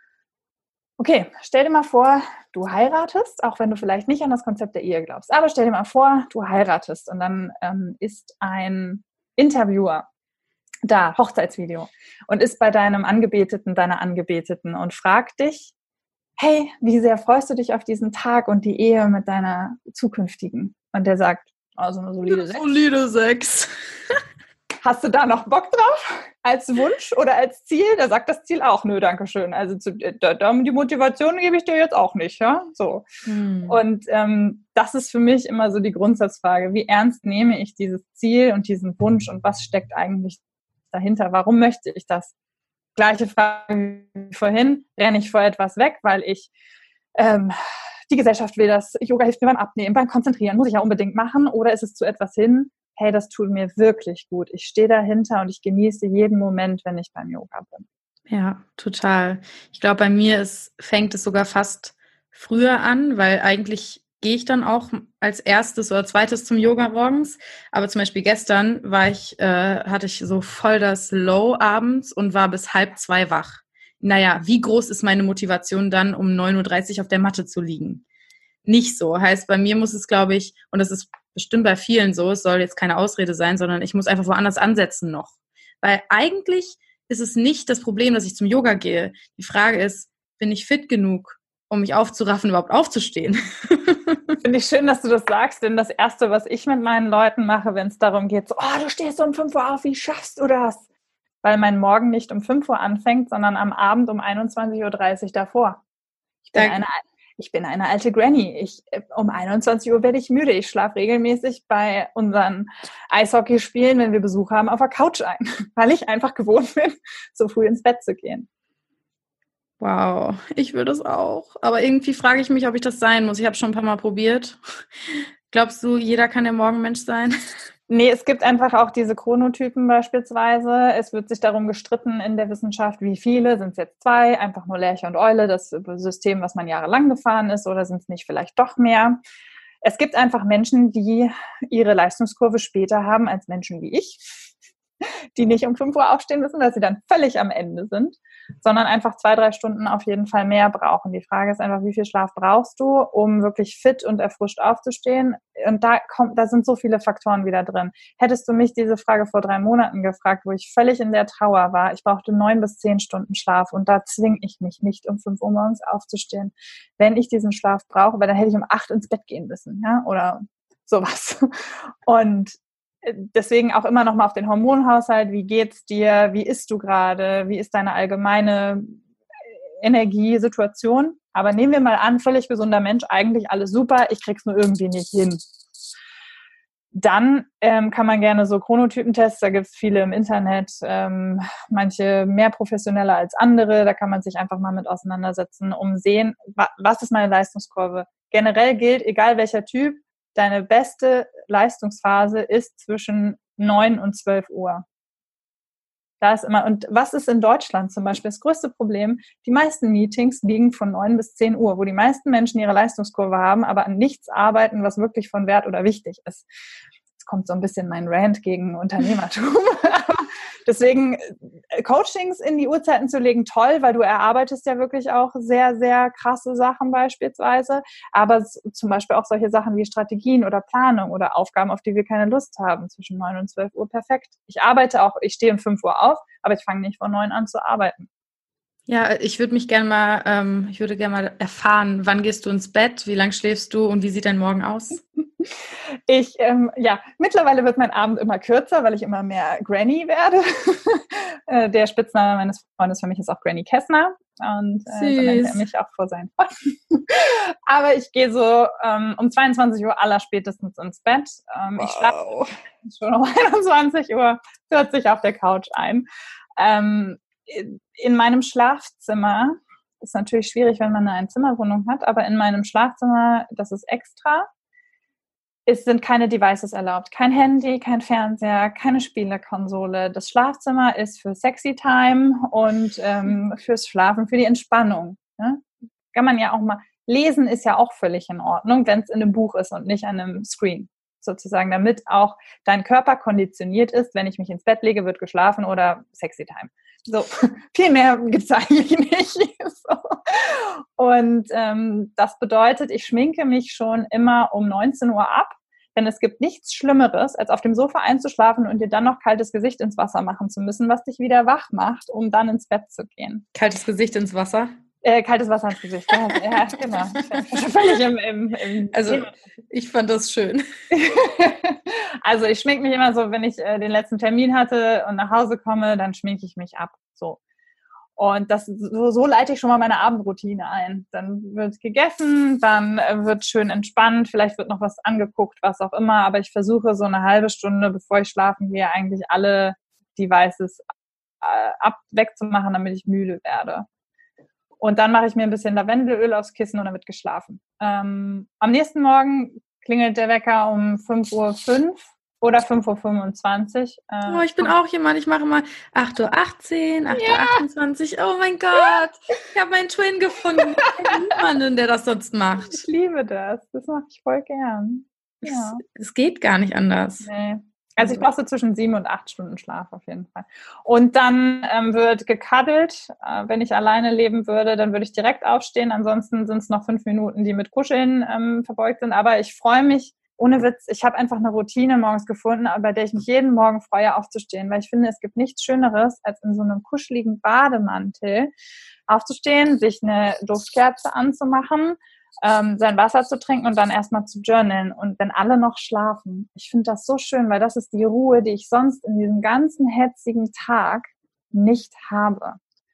Okay, stell dir mal vor, du heiratest, auch wenn du vielleicht nicht an das Konzept der Ehe glaubst. Aber stell dir mal vor, du heiratest und dann ähm, ist ein Interviewer da, Hochzeitsvideo, und ist bei deinem Angebeteten, deiner Angebeteten und fragt dich, hey, wie sehr freust du dich auf diesen Tag und die Ehe mit deiner zukünftigen? Und der sagt, also eine solide sechs. Solide sechs. Hast du da noch Bock drauf als Wunsch oder als Ziel? Da sagt das Ziel auch, nö, danke schön. Also zu, da, da, die Motivation gebe ich dir jetzt auch nicht, ja, so. Hm. Und ähm, das ist für mich immer so die Grundsatzfrage: Wie ernst nehme ich dieses Ziel und diesen Wunsch und was steckt eigentlich dahinter? Warum möchte ich das? Gleiche Frage wie vorhin: Renne ich vor etwas weg, weil ich ähm, die Gesellschaft will das, Yoga hilft mir beim Abnehmen, beim Konzentrieren, muss ich ja unbedingt machen, oder ist es zu etwas hin? Hey, das tut mir wirklich gut. Ich stehe dahinter und ich genieße jeden Moment, wenn ich beim Yoga bin. Ja, total. Ich glaube, bei mir ist, fängt es sogar fast früher an, weil eigentlich gehe ich dann auch als erstes oder zweites zum Yoga morgens. Aber zum Beispiel gestern war ich, äh, hatte ich so voll das Low abends und war bis halb zwei wach. Naja, wie groß ist meine Motivation dann, um neun Uhr dreißig auf der Matte zu liegen? Nicht so. Heißt, bei mir muss es, glaube ich, und das ist bestimmt bei vielen so, es soll jetzt keine Ausrede sein, sondern ich muss einfach woanders ansetzen noch. Weil eigentlich ist es nicht das Problem, dass ich zum Yoga gehe. Die Frage ist, bin ich fit genug, um mich aufzuraffen, überhaupt aufzustehen? Finde ich schön, dass du das sagst, denn das Erste, was ich mit meinen Leuten mache, wenn es darum geht, so, oh, du stehst um fünf Uhr auf, wie schaffst du das? Weil mein Morgen nicht um fünf Uhr anfängt, sondern am Abend um einundzwanzig Uhr dreißig davor. Ich bin, eine, ich bin eine alte Granny. Ich, um einundzwanzig Uhr werde ich müde. Ich schlafe regelmäßig bei unseren Eishockeyspielen, wenn wir Besuch haben, auf der Couch ein, weil ich einfach gewohnt bin, so früh ins Bett zu gehen. Wow, ich will das auch. Aber irgendwie frage ich mich, ob ich das sein muss. Ich habe schon ein paar Mal probiert. Glaubst du, jeder kann der Morgenmensch sein? Nee, es gibt einfach auch diese Chronotypen beispielsweise. Es wird sich darum gestritten in der Wissenschaft, wie viele, sind es jetzt zwei, einfach nur Lerche und Eule, das System, was man jahrelang gefahren ist, oder sind es nicht vielleicht doch mehr? Es gibt einfach Menschen, die ihre Leistungskurve später haben als Menschen wie ich, die nicht um fünf Uhr aufstehen müssen, weil sie dann völlig am Ende sind, sondern einfach zwei, drei Stunden auf jeden Fall mehr brauchen. Die Frage ist einfach, wie viel Schlaf brauchst du, um wirklich fit und erfrischt aufzustehen? Und da kommt, da sind so viele Faktoren wieder drin. Hättest du mich diese Frage vor drei Monaten gefragt, wo ich völlig in der Trauer war, ich brauchte neun bis zehn Stunden Schlaf und da zwinge ich mich nicht, um fünf Uhr morgens aufzustehen. Wenn ich diesen Schlaf brauche, weil dann hätte ich um acht ins Bett gehen müssen, ja, oder sowas. Und deswegen auch immer noch mal auf den Hormonhaushalt. Wie geht's dir? Wie isst du gerade? Wie ist deine allgemeine Energiesituation? Aber nehmen wir mal an, völlig gesunder Mensch, eigentlich alles super, ich krieg's nur irgendwie nicht hin. Dann ähm, kann man gerne so Chronotypentests, da gibt es viele im Internet, ähm, manche mehr professioneller als andere, da kann man sich einfach mal mit auseinandersetzen, um sehen, wa- was ist meine Leistungskurve. Generell gilt, egal welcher Typ, deine beste Leistungsphase ist zwischen neun und zwölf Uhr. Da ist immer, und was ist in Deutschland zum Beispiel das größte Problem? Die meisten Meetings liegen von neun bis zehn Uhr, wo die meisten Menschen ihre Leistungskurve haben, aber an nichts arbeiten, was wirklich von Wert oder wichtig ist. Jetzt kommt so ein bisschen mein Rant gegen Unternehmertum. Deswegen Coachings in die Uhrzeiten zu legen, toll, weil du erarbeitest ja wirklich auch sehr, sehr krasse Sachen beispielsweise. Aber zum Beispiel auch solche Sachen wie Strategien oder Planung oder Aufgaben, auf die wir keine Lust haben, zwischen neun und zwölf Uhr, perfekt. Ich arbeite auch, ich stehe um fünf Uhr auf, aber ich fange nicht vor neun an zu arbeiten. Ja, ich würde mich gerne mal, ähm, ich würde gerne mal erfahren, wann gehst du ins Bett, wie lange schläfst du und wie sieht dein Morgen aus? Ich, ähm, ja, mittlerweile wird mein Abend immer kürzer, weil ich immer mehr Granny werde. Der Spitzname meines Freundes für mich ist auch Granny Kessner. Und äh, so nennt er mich auch vor seinen Freunden. Aber ich gehe so ähm, um zweiundzwanzig Uhr allerspätestens ins Bett. Ähm, wow. Ich schlafe schon um einundzwanzig Uhr vierzig auf der Couch ein. Ähm, in meinem Schlafzimmer, ist natürlich schwierig, wenn man eine Einzimmerwohnung hat, aber in meinem Schlafzimmer, das ist extra, es sind keine Devices erlaubt. Kein Handy, kein Fernseher, keine Spielekonsole. Das Schlafzimmer ist für Sexy Time und ähm, fürs Schlafen, für die Entspannung. Ne? Kann man ja auch mal, lesen ist ja auch völlig in Ordnung, wenn es in einem Buch ist und nicht an einem Screen. Sozusagen, damit auch dein Körper konditioniert ist, wenn ich mich ins Bett lege, wird geschlafen oder Sexy Time. So, viel mehr gibt es eigentlich nicht. So. Und ähm, das bedeutet, ich schminke mich schon immer um neunzehn Uhr ab, denn es gibt nichts Schlimmeres, als auf dem Sofa einzuschlafen und dir dann noch kaltes Gesicht ins Wasser machen zu müssen, was dich wieder wach macht, um dann ins Bett zu gehen. Kaltes Gesicht ins Wasser? Äh, kaltes Wasser ins Gesicht. Ja, ja genau. Völlig im, im, im also Thema. Ich fand das schön. Also ich schminke mich immer so, wenn ich äh, den letzten Termin hatte und nach Hause komme, dann schminke ich mich ab. So. Und das, so, so leite ich schon mal meine Abendroutine ein. Dann wird gegessen, dann äh, wird schön entspannt, vielleicht wird noch was angeguckt, was auch immer, aber ich versuche so eine halbe Stunde, bevor ich schlafen gehe, eigentlich alle Devices äh, ab wegzumachen, damit ich müde werde. Und dann mache ich mir ein bisschen Lavendelöl aufs Kissen und dann wird geschlafen. Ähm, am nächsten Morgen klingelt der Wecker um fünf Uhr fünf oder fünf Uhr fünfundzwanzig. Äh, oh, ich bin auch jemand, ich mache mal acht Uhr achtzehn, acht Uhr achtundzwanzig. Oh mein Gott, ich habe meinen Twin gefunden. Ich kenne niemanden, der das sonst macht. Ich liebe das, das mache ich voll gern. Ja. Es, es geht gar nicht anders. Nee. Also ich brauche so zwischen sieben und acht Stunden Schlaf auf jeden Fall. Und dann ähm, wird gekaddelt. Äh, wenn ich alleine leben würde, dann würde ich direkt aufstehen. Ansonsten sind es noch fünf Minuten, die mit Kuscheln ähm, verbeugt sind. Aber ich freue mich, ohne Witz, ich habe einfach eine Routine morgens gefunden, bei der ich mich jeden Morgen freue, aufzustehen. Weil ich finde, es gibt nichts Schöneres, als in so einem kuscheligen Bademantel aufzustehen, sich eine Duftkerze anzumachen, Ähm, sein Wasser zu trinken und dann erstmal zu journalen und wenn alle noch schlafen. Ich finde das so schön, weil das ist die Ruhe, die ich sonst in diesem ganzen hetzigen Tag nicht habe.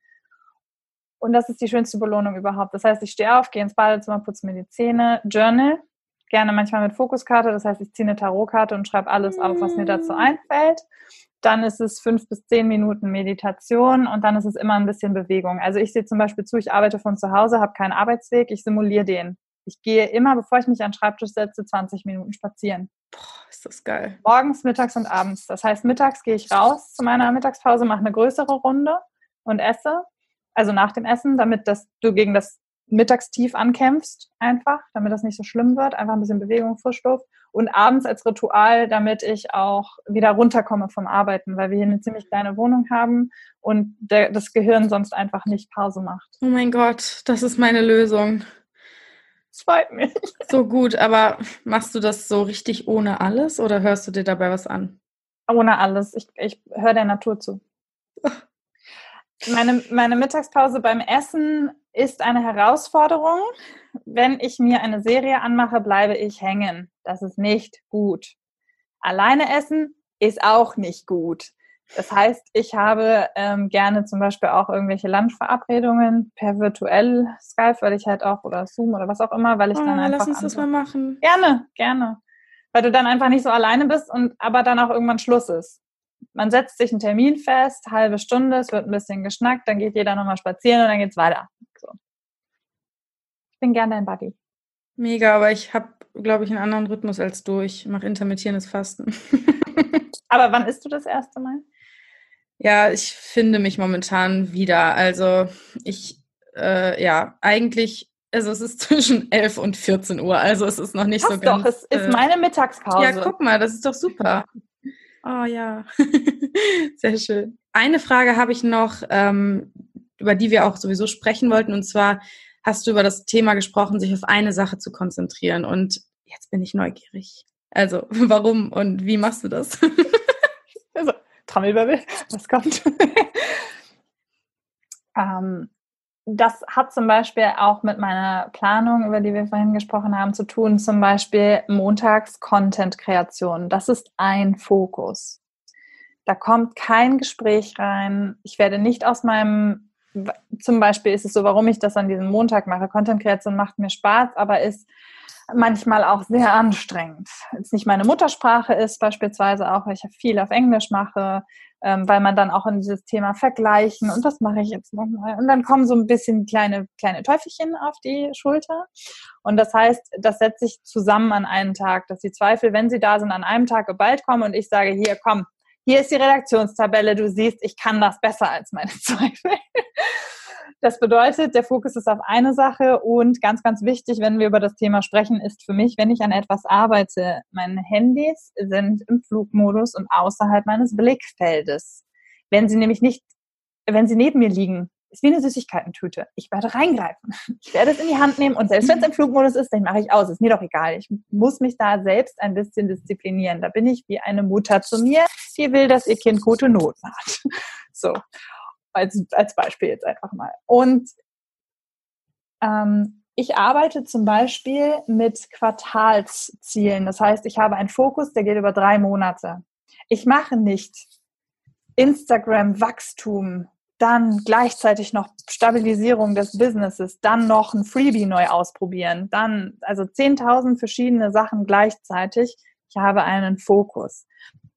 Und das ist die schönste Belohnung überhaupt. Das heißt, ich stehe auf, gehe ins Badezimmer, putze mir die Zähne, journal, gerne manchmal mit Fokuskarte. Das heißt, ich ziehe eine Tarotkarte und schreibe alles auf, was mir dazu einfällt. Dann ist es fünf bis zehn Minuten Meditation und dann ist es immer ein bisschen Bewegung. Also ich sehe zum Beispiel zu, ich arbeite von zu Hause, habe keinen Arbeitsweg, ich simuliere den. Ich gehe immer, bevor ich mich an den Schreibtisch setze, zwanzig Minuten spazieren. Boah, ist das geil. Morgens, mittags und abends. Das heißt, mittags gehe ich raus zu meiner Mittagspause, mache eine größere Runde und esse. Also nach dem Essen, damit das, du gegen das Mittagstief ankämpfst einfach, damit das nicht so schlimm wird. Einfach ein bisschen Bewegung, Frischluft. Und abends als Ritual, damit ich auch wieder runterkomme vom Arbeiten, weil wir hier eine ziemlich kleine Wohnung haben und der, das Gehirn sonst einfach nicht Pause macht. Oh mein Gott, das ist meine Lösung. Das freut mich. So gut, aber machst du das so richtig ohne alles oder hörst du dir dabei was an? Ohne alles. Ich, ich höre der Natur zu. Meine, meine Mittagspause beim Essen ist eine Herausforderung. Wenn ich mir eine Serie anmache, bleibe ich hängen. Das ist nicht gut. Alleine essen ist auch nicht gut. Das heißt, ich habe ähm, gerne zum Beispiel auch irgendwelche Lunchverabredungen per virtuell Skype, weil ich halt auch, oder Zoom oder was auch immer, weil ich oh, dann einfach... Lass uns das mal machen. Gerne, gerne. weil du dann einfach nicht so alleine bist und aber dann auch irgendwann Schluss ist. Man setzt sich einen Termin fest, halbe Stunde, es wird ein bisschen geschnackt, dann geht jeder nochmal spazieren und dann geht's weiter. So. Ich bin gern dein Buddy. Mega, aber ich habe, glaube ich, einen anderen Rhythmus als du. Ich mache intermittierendes Fasten. Aber wann isst du das erste Mal? Ja, ich finde mich momentan wieder. Also ich, äh, ja, eigentlich, also es ist zwischen elf und vierzehn Uhr, also es ist noch nicht Passt so ganz... doch, es ist äh, meine Mittagspause. Ja, guck mal, das ist doch super. Oh ja, sehr schön. Eine Frage habe ich noch, ähm, über die wir auch sowieso sprechen wollten, und zwar hast du über das Thema gesprochen, sich auf eine Sache zu konzentrieren, und jetzt bin ich neugierig. Also, warum und wie machst du das? Also, Trommelwirbel, was kommt? ähm, das hat zum Beispiel auch mit meiner Planung, über die wir vorhin gesprochen haben, zu tun. Zum Beispiel montags Content-Kreation. Das ist ein Fokus. Da kommt kein Gespräch rein. Ich werde nicht aus meinem, zum Beispiel ist es so, warum ich das an diesem Montag mache. Content-Kreation macht mir Spaß, aber ist manchmal auch sehr anstrengend. Wenn es nicht meine Muttersprache ist, beispielsweise auch, weil ich ja viel auf Englisch mache, ähm, weil man dann auch in dieses Thema vergleichen und das mache ich jetzt nochmal. Und dann kommen so ein bisschen kleine, kleine Teufelchen auf die Schulter. Und das heißt, das setze ich zusammen an einen Tag, dass die Zweifel, wenn sie da sind, an einem Tag geballt kommen und ich sage, hier, komm, hier ist die Redaktionstabelle, du siehst, ich kann das besser als meine Zweifel. Das bedeutet, der Fokus ist auf eine Sache und ganz, ganz wichtig, wenn wir über das Thema sprechen, ist für mich, wenn ich an etwas arbeite, meine Handys sind im Flugmodus und außerhalb meines Blickfeldes. Wenn sie nämlich nicht, wenn sie neben mir liegen, ist wie eine Süßigkeitentüte. Ich werde reingreifen. Ich werde es in die Hand nehmen und selbst wenn es im Flugmodus ist, dann mache ich aus. Ist mir doch egal. Ich muss mich da selbst ein bisschen disziplinieren. Da bin ich wie eine Mutter zu mir, die will, dass ihr Kind gute Noten hat. So. Als, als Beispiel jetzt einfach mal. Und ähm, ich arbeite zum Beispiel mit Quartalszielen. Das heißt, ich habe einen Fokus, der geht über drei Monate. Ich mache nicht Instagram-Wachstum, dann gleichzeitig noch Stabilisierung des Businesses, dann noch ein Freebie neu ausprobieren, dann also zehntausend verschiedene Sachen gleichzeitig. Ich habe einen Fokus.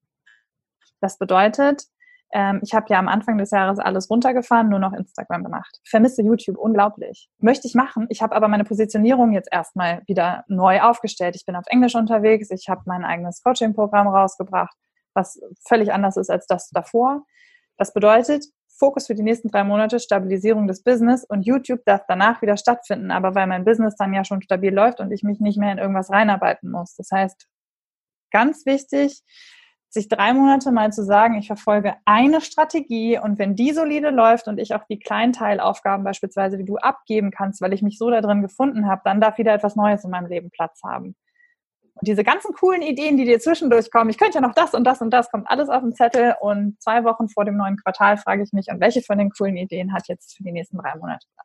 Das bedeutet, ich habe ja am Anfang des Jahres alles runtergefahren, nur noch Instagram gemacht. Vermisse YouTube, unglaublich. Möchte ich machen. Ich habe aber meine Positionierung jetzt erstmal wieder neu aufgestellt. Ich bin auf Englisch unterwegs. Ich habe mein eigenes Coaching-Programm rausgebracht, was völlig anders ist als das davor. Das bedeutet, Fokus für die nächsten drei Monate, Stabilisierung des Business, und YouTube darf danach wieder stattfinden, aber weil mein Business dann ja schon stabil läuft und ich mich nicht mehr in irgendwas reinarbeiten muss. Das heißt, ganz wichtig, sich drei Monate mal zu sagen, ich verfolge eine Strategie und wenn die solide läuft und ich auch die Kleinteilaufgaben beispielsweise wie du abgeben kannst, weil ich mich so da drin gefunden habe, dann darf wieder etwas Neues in meinem Leben Platz haben. Und diese ganzen coolen Ideen, die dir zwischendurch kommen, ich könnte ja noch das und das und das, kommt alles auf den Zettel und zwei Wochen vor dem neuen Quartal frage ich mich, und welche von den coolen Ideen hat jetzt für die nächsten drei Monate Platz?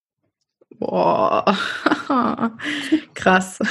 Boah, krass.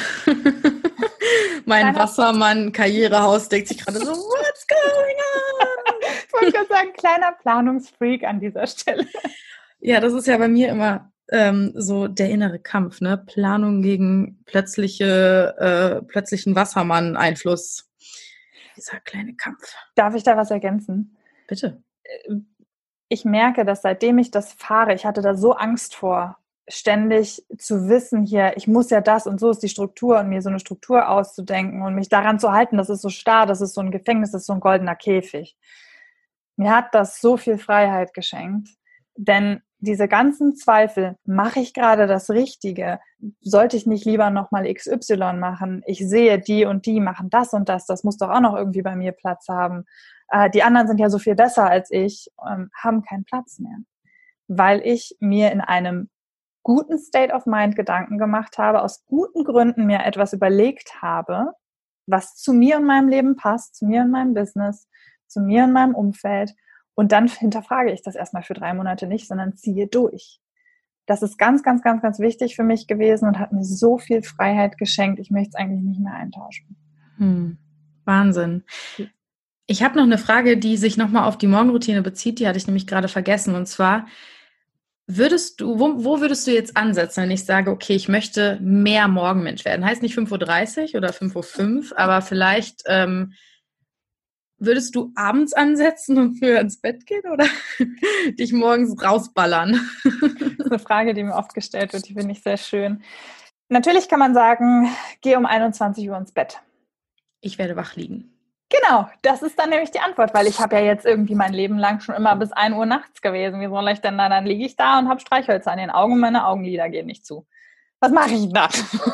Mein Wassermann-Karrierehaus denkt sich gerade so, what's going on? Ich wollte gerade sagen, kleiner Planungsfreak an dieser Stelle. Ja, das ist ja bei mir immer ähm, so der innere Kampf, ne? Planung gegen plötzliche, äh, plötzlichen Wassermann-Einfluss. Dieser kleine Kampf. Darf ich da was ergänzen? Bitte. Ich merke, dass seitdem ich das fahre, ich hatte da so Angst vor, ständig zu wissen, hier, ich muss ja das und so ist die Struktur und mir so eine Struktur auszudenken und mich daran zu halten, das ist so starr, das ist so ein Gefängnis, das ist so ein goldener Käfig. Mir hat das so viel Freiheit geschenkt, denn diese ganzen Zweifel, mache ich gerade das Richtige? Sollte ich nicht lieber nochmal X Y machen? Ich sehe, die und die machen das und das, das muss doch auch noch irgendwie bei mir Platz haben. Äh, die anderen sind ja so viel besser als ich, ähm, haben keinen Platz mehr, weil ich mir in einem guten State of Mind Gedanken gemacht habe, aus guten Gründen mir etwas überlegt habe, was zu mir und meinem Leben passt, zu mir und meinem Business, zu mir und meinem Umfeld. Und dann hinterfrage ich das erstmal für drei Monate nicht, sondern ziehe durch. Das ist ganz, ganz, ganz, ganz wichtig für mich gewesen und hat mir so viel Freiheit geschenkt. Ich möchte es eigentlich nicht mehr eintauschen. Hm. Wahnsinn. Ich habe noch eine Frage, die sich nochmal auf die Morgenroutine bezieht. Die hatte ich nämlich gerade vergessen. Und zwar, Würdest du, wo, wo würdest du jetzt ansetzen, wenn ich sage, okay, ich möchte mehr Morgenmensch werden? Heißt nicht fünf Uhr dreißig oder fünf Uhr fünf, aber vielleicht ähm, würdest du abends ansetzen und früher ins Bett gehen oder dich morgens rausballern? Das ist eine Frage, die mir oft gestellt wird, die finde ich sehr schön. Natürlich kann man sagen, geh um einundzwanzig Uhr ins Bett. Ich werde wach liegen. Genau, das ist dann nämlich die Antwort, weil ich habe ja jetzt irgendwie mein Leben lang schon immer bis ein Uhr nachts gewesen. Wie soll ich denn da? Dann liege ich da und habe Streichhölzer an den Augen und meine Augenlider gehen nicht zu. Was mache ich da?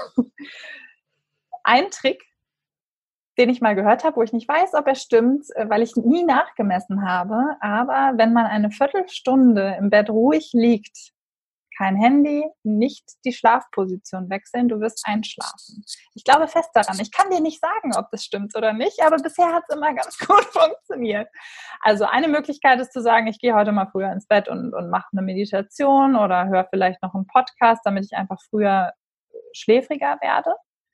Ein Trick, den ich mal gehört habe, wo ich nicht weiß, ob er stimmt, weil ich nie nachgemessen habe, aber wenn man eine Viertelstunde im Bett ruhig liegt, kein Handy, nicht die Schlafposition wechseln, du wirst einschlafen. Ich glaube fest daran. Ich kann dir nicht sagen, ob das stimmt oder nicht, aber bisher hat es immer ganz gut funktioniert. Also eine Möglichkeit ist zu sagen, ich gehe heute mal früher ins Bett und, und mache eine Meditation oder höre vielleicht noch einen Podcast, damit ich einfach früher schläfriger werde.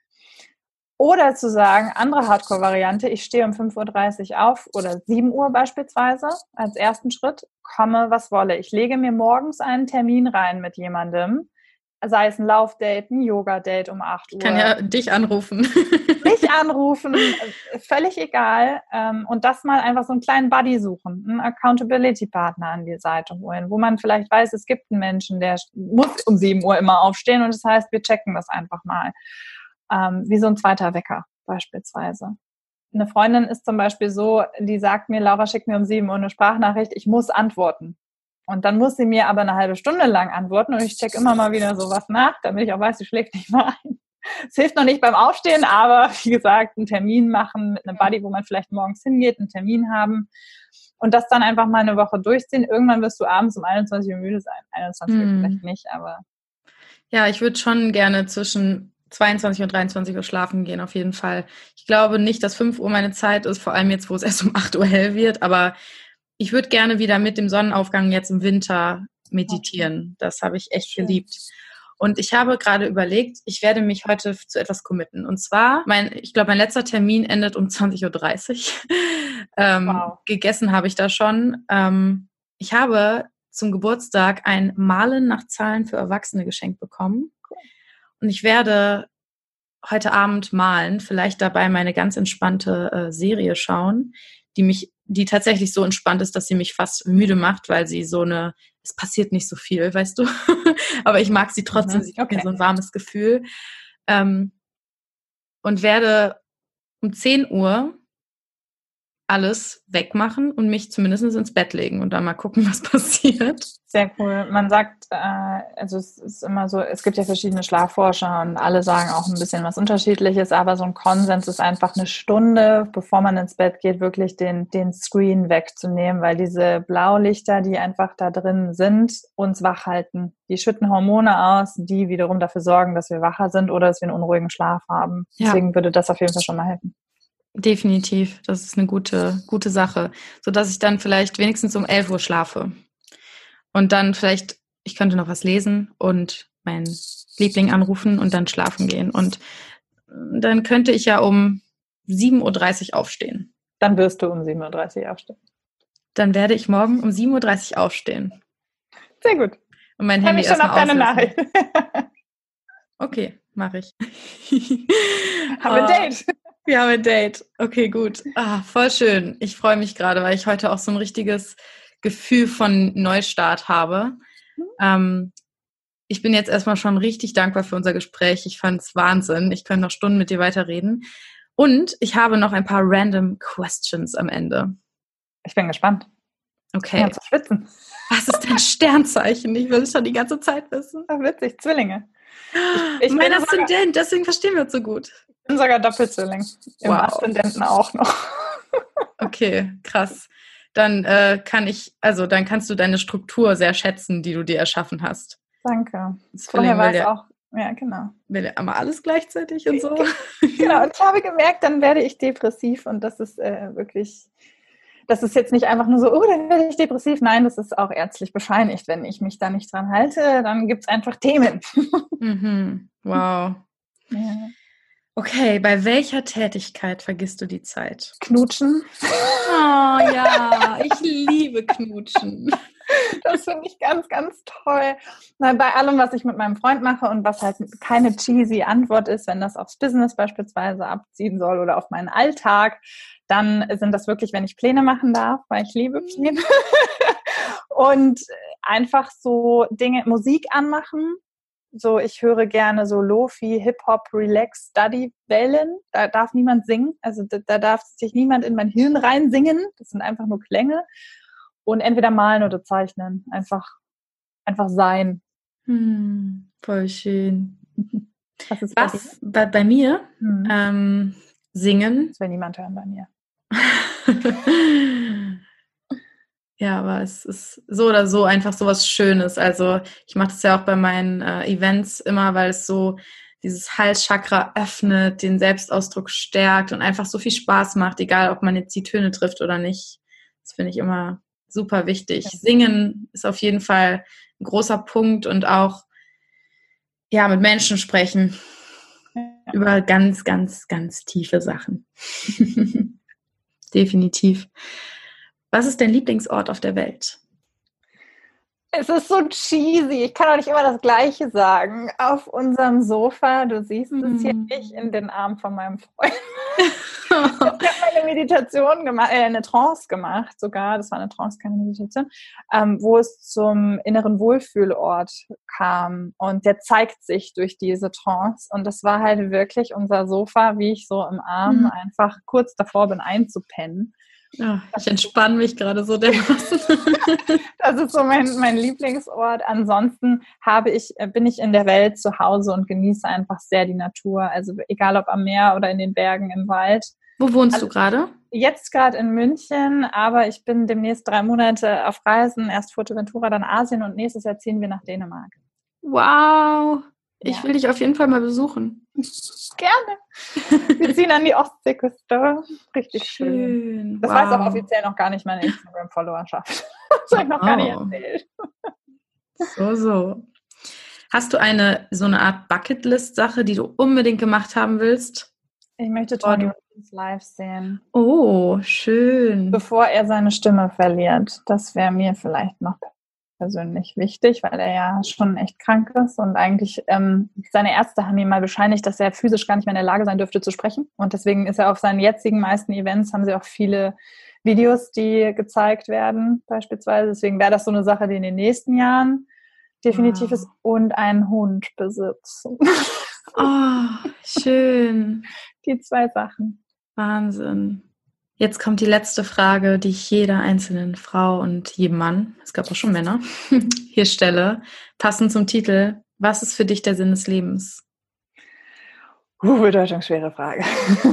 Oder zu sagen, andere Hardcore-Variante, ich stehe um fünf Uhr dreißig auf oder sieben Uhr beispielsweise als ersten Schritt, komme, was wolle. Ich lege mir morgens einen Termin rein mit jemandem, sei es ein Laufdate, ein Yoga-Date um acht Uhr. Ich kann ja dich anrufen. Dich anrufen, völlig egal. Und das mal einfach so einen kleinen Buddy suchen, einen Accountability-Partner an die Seite holen, wo man vielleicht weiß, es gibt einen Menschen, der muss um sieben Uhr immer aufstehen und das heißt, wir checken das einfach mal. Ähm, wie so ein zweiter Wecker beispielsweise. Eine Freundin ist zum Beispiel so, die sagt mir, Laura, schick mir um sieben Uhr eine Sprachnachricht, ich muss antworten. Und dann muss sie mir aber eine halbe Stunde lang antworten und ich check immer mal wieder sowas nach, damit ich auch weiß, sie schläft nicht mal ein. Es hilft noch nicht beim Aufstehen, aber wie gesagt, einen Termin machen mit einem Buddy, wo man vielleicht morgens hingeht, einen Termin haben und das dann einfach mal eine Woche durchziehen. Irgendwann wirst du abends um einundzwanzig Uhr müde sein. einundzwanzig Uhr hm. vielleicht nicht, aber... Ja, ich würde schon gerne zwischen zweiundzwanzig und dreiundzwanzig Uhr schlafen gehen, auf jeden Fall. Ich glaube nicht, dass fünf Uhr meine Zeit ist, vor allem jetzt, wo es erst um acht Uhr hell wird, aber ich würde gerne wieder mit dem Sonnenaufgang jetzt im Winter meditieren. Das habe ich echt Schön. geliebt. Und ich habe gerade überlegt, ich werde mich heute zu etwas committen. Und zwar, mein, ich glaube, mein letzter Termin endet um zwanzig Uhr dreißig. ähm, wow. Gegessen habe ich da schon. Ähm, ich habe zum Geburtstag ein Malen nach Zahlen für Erwachsene geschenkt bekommen. Und ich werde heute Abend malen, vielleicht dabei meine ganz entspannte äh, Serie schauen, die mich, die tatsächlich so entspannt ist, dass sie mich fast müde macht, weil sie so eine, es passiert nicht so viel, weißt du, aber ich mag sie trotzdem, mhm, sie gibt okay. mir so ein warmes Gefühl. Ähm, und werde um zehn Uhr alles wegmachen und mich zumindest ins Bett legen und dann mal gucken, was passiert. Sehr cool. Man sagt, äh, also es ist immer so, es gibt ja verschiedene Schlafforscher und alle sagen auch ein bisschen was Unterschiedliches, aber so ein Konsens ist einfach eine Stunde, bevor man ins Bett geht, wirklich den, den Screen wegzunehmen, weil diese Blaulichter, die einfach da drin sind, uns wach halten. Die schütten Hormone aus, die wiederum dafür sorgen, dass wir wacher sind oder dass wir einen unruhigen Schlaf haben. Ja. Deswegen würde das auf jeden Fall schon mal helfen. Definitiv, das ist eine gute, gute Sache, sodass ich dann vielleicht wenigstens um elf Uhr schlafe und dann vielleicht, ich könnte noch was lesen und meinen Liebling anrufen und dann schlafen gehen und dann könnte ich ja um sieben Uhr dreißig aufstehen. Dann wirst du um sieben Uhr dreißig aufstehen. Dann werde ich morgen um sieben Uhr dreißig aufstehen. Sehr gut. Und mein Kann Handy ich schon auf deine Nachricht. Okay, mache ich. Haben wir ein Date. Wir haben ein Date. Okay, gut. Ah, voll schön. Ich freue mich gerade, weil ich heute auch so ein richtiges Gefühl von Neustart habe. Mhm. Ähm, ich bin jetzt erstmal schon richtig dankbar für unser Gespräch. Ich fand es Wahnsinn. Ich könnte noch Stunden mit dir weiterreden. Und ich habe noch ein paar random Questions am Ende. Ich bin gespannt. Okay. Ich kann zu schwitzen. Was ist dein Sternzeichen? Ich will es schon die ganze Zeit wissen. Ach, witzig, Zwillinge. Ich, ich mein Aszendent, deswegen verstehen wir uns so gut. Ich bin sogar Doppelzwilling. Im wow. Aszendenten auch noch. Okay, krass. Dann äh, kann ich, also dann kannst du deine Struktur sehr schätzen, die du dir erschaffen hast. Danke. Vorher war es auch, ja genau. Will ja immer alles gleichzeitig und so. Genau, und ich habe gemerkt, dann werde ich depressiv und das ist äh, wirklich, das ist jetzt nicht einfach nur so, oh, dann werde ich depressiv. Nein, das ist auch ärztlich bescheinigt. Wenn ich mich da nicht dran halte, dann gibt es einfach Themen. Mhm. Wow. Ja. Okay, bei welcher Tätigkeit vergisst du die Zeit? Knutschen. Oh ja, ich liebe Knutschen. Das finde ich ganz, ganz toll. Na, bei allem, was ich mit meinem Freund mache und was halt keine cheesy Antwort ist, wenn das aufs Business beispielsweise abziehen soll oder auf meinen Alltag, dann sind das wirklich, wenn ich Pläne machen darf, weil ich liebe Pläne. Und einfach so Dinge, Musik anmachen. So, ich höre gerne so Lo-Fi, Hip-Hop, Relax, Study-Wellen. Da darf niemand singen. Also da, da darf sich niemand in mein Hirn reinsingen. Das sind einfach nur Klänge. Und entweder malen oder zeichnen. Einfach, einfach sein. Hm, voll schön. Was ist Was bei, bei mir? Hm. Ähm, singen. Das will niemand hören bei mir. Ja, aber es ist so oder so einfach so was Schönes. Also ich mache das ja auch bei meinen äh, Events immer, weil es so dieses Halschakra öffnet, den Selbstausdruck stärkt und einfach so viel Spaß macht, egal ob man jetzt die Töne trifft oder nicht. Das finde ich immer super wichtig. Ja. Singen ist auf jeden Fall ein großer Punkt und auch ja mit Menschen sprechen ja. über ganz, ganz, ganz tiefe Sachen. Definitiv. Was ist dein Lieblingsort auf der Welt? Es ist so cheesy. Ich kann auch nicht immer das Gleiche sagen. Auf unserem Sofa, du siehst mm. es hier nicht, in den Armen von meinem Freund. Ich habe eine Meditation gemacht, äh, eine Trance gemacht sogar. Das war eine Trance, keine Meditation, ähm, wo es zum inneren Wohlfühlort kam. Und der zeigt sich durch diese Trance. Und das war halt wirklich unser Sofa, wie ich so im Arm mm. einfach kurz davor bin einzupennen. Ja, ich entspanne mich gerade so dermaßen. Das ist so mein, mein Lieblingsort. Ansonsten habe ich, bin ich in der Welt zu Hause und genieße einfach sehr die Natur. Also egal ob am Meer oder in den Bergen, im Wald. Wo wohnst also, du gerade? Jetzt gerade in München, aber ich bin demnächst drei Monate auf Reisen. Erst Fuerteventura, dann Asien und nächstes Jahr ziehen wir nach Dänemark. Wow! Ich ja. will dich auf jeden Fall mal besuchen. Gerne. Wir ziehen an die Ostseeküste. Richtig schön. schön. Das wow. weiß auch offiziell noch gar nicht meine Instagram-Followerschaft. Das habe ich noch gar nicht erzählt. So, so. Hast du eine so eine Art Bucketlist-Sache, die du unbedingt gemacht haben willst? Ich möchte Tony Robbins live sehen. Oh, schön. Bevor er seine Stimme verliert. Das wäre mir vielleicht noch persönlich wichtig, weil er ja schon echt krank ist und eigentlich ähm, seine Ärzte haben ihm mal bescheinigt, dass er physisch gar nicht mehr in der Lage sein dürfte zu sprechen und deswegen ist er auf seinen jetzigen meisten Events, haben sie auch viele Videos, die gezeigt werden beispielsweise, deswegen wäre das so eine Sache, die in den nächsten Jahren definitiv wow. ist und einen Hund besitzen. Oh, schön. Die zwei Sachen. Wahnsinn. Jetzt kommt die letzte Frage, die ich jeder einzelnen Frau und jedem Mann, es gab auch schon Männer, hier stelle. Passend zum Titel, was ist für dich der Sinn des Lebens? Uh, bedeutungsschwere Frage.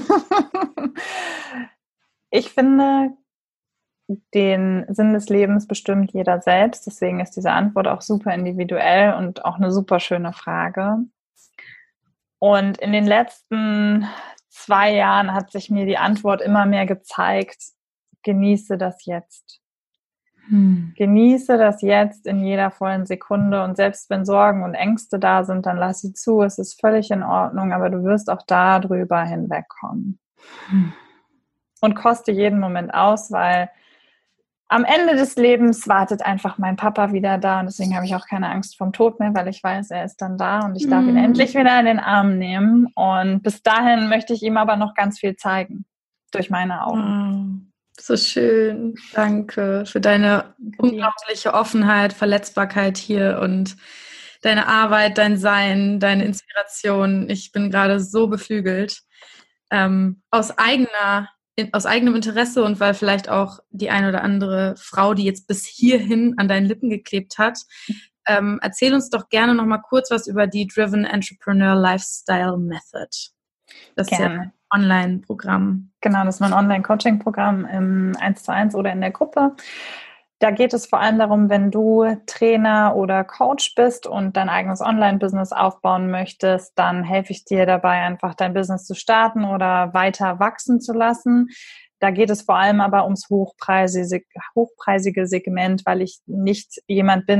Ich finde, den Sinn des Lebens bestimmt jeder selbst. Deswegen ist diese Antwort auch super individuell und auch eine super schöne Frage. Und in den letzten zwei Jahren hat sich mir die Antwort immer mehr gezeigt, genieße das Jetzt. Hm. Genieße das Jetzt in jeder vollen Sekunde und selbst wenn Sorgen und Ängste da sind, dann lass sie zu, es ist völlig in Ordnung, aber du wirst auch darüber hinwegkommen. Hm. Und koste jeden Moment aus, weil am Ende des Lebens wartet einfach mein Papa wieder da und deswegen habe ich auch keine Angst vom Tod mehr, weil ich weiß, er ist dann da und ich darf ihn mm. endlich wieder in den Arm nehmen und bis dahin möchte ich ihm aber noch ganz viel zeigen, durch meine Augen. Oh, so schön, danke für deine unglaubliche Offenheit, Verletzbarkeit hier und deine Arbeit, dein Sein, deine Inspiration. Ich bin gerade so beflügelt, ähm, aus eigener aus eigenem Interesse und weil vielleicht auch die eine oder andere Frau, die jetzt bis hierhin an deinen Lippen geklebt hat, ähm, erzähl uns doch gerne noch mal kurz was über die Driven Entrepreneur Lifestyle Method. Das gerne. Ist ja ein Online-Programm. Genau, das ist mein Online-Coaching-Programm im eins zu eins oder in der Gruppe. Da geht es vor allem darum, wenn du Trainer oder Coach bist und dein eigenes Online-Business aufbauen möchtest, dann helfe ich dir dabei, einfach dein Business zu starten oder weiter wachsen zu lassen. Da geht es vor allem aber ums hochpreisige, hochpreisige Segment, weil ich nicht jemand bin,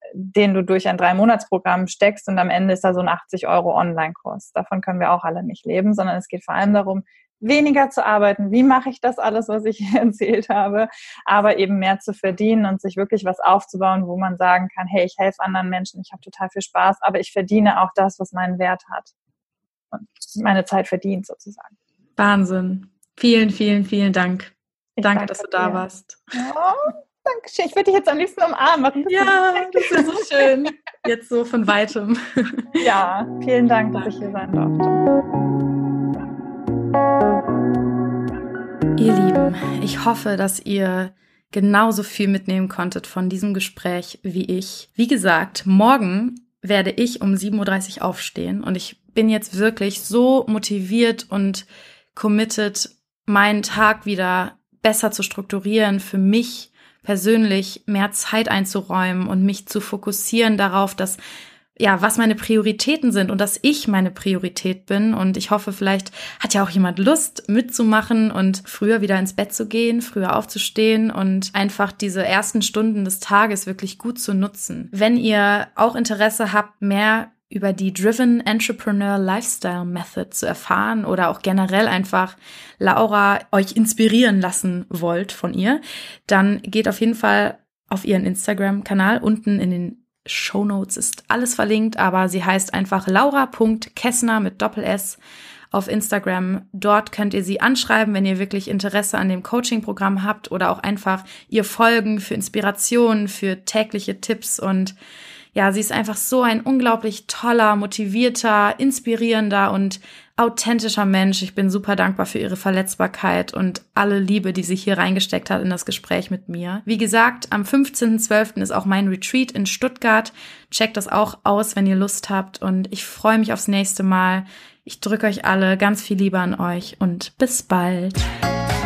den du durch ein Drei-Monats-Programm steckst und am Ende ist da so ein achtzig Euro Online-Kurs. Davon können wir auch alle nicht leben, sondern es geht vor allem darum, weniger zu arbeiten. Wie mache ich das alles, was ich hier erzählt habe? Aber eben mehr zu verdienen und sich wirklich was aufzubauen, wo man sagen kann, hey, ich helfe anderen Menschen, ich habe total viel Spaß, aber ich verdiene auch das, was meinen Wert hat. Und meine Zeit verdient sozusagen. Wahnsinn. Vielen, vielen, vielen Dank. Ich danke, danke dass du dir. da warst. Ja, danke schön. Ich würde dich jetzt am liebsten umarmen. Das ja, das wäre so schön. Jetzt so von Weitem. Ja, vielen Dank, dass ich hier sein durfte. Ihr Lieben, ich hoffe, dass ihr genauso viel mitnehmen konntet von diesem Gespräch wie ich. Wie gesagt, morgen werde ich um sieben Uhr dreißig aufstehen und ich bin jetzt wirklich so motiviert und committed, meinen Tag wieder besser zu strukturieren, für mich persönlich mehr Zeit einzuräumen und mich zu fokussieren darauf, dass ja, was meine Prioritäten sind und dass ich meine Priorität bin. Und ich hoffe, vielleicht hat ja auch jemand Lust mitzumachen und früher wieder ins Bett zu gehen, früher aufzustehen und einfach diese ersten Stunden des Tages wirklich gut zu nutzen. Wenn ihr auch Interesse habt, mehr über die Driven Entrepreneur Lifestyle Method zu erfahren oder auch generell einfach Laura euch inspirieren lassen wollt von ihr, dann geht auf jeden Fall auf ihren Instagram-Kanal. Unten in den Shownotes ist alles verlinkt, aber sie heißt einfach laura punkt kessner mit Doppel-S auf Instagram. Dort könnt ihr sie anschreiben, wenn ihr wirklich Interesse an dem Coaching-Programm habt oder auch einfach ihr folgen für Inspirationen, für tägliche Tipps. Und ja, sie ist einfach so ein unglaublich toller, motivierter, inspirierender und authentischer Mensch. Ich bin super dankbar für ihre Verletzbarkeit und alle Liebe, die sie hier reingesteckt hat in das Gespräch mit mir. Wie gesagt, am fünfzehnten zwölften ist auch mein Retreat in Stuttgart. Checkt das auch aus, wenn ihr Lust habt. Und ich freue mich aufs nächste Mal. Ich drücke euch alle ganz viel Liebe an euch und bis bald.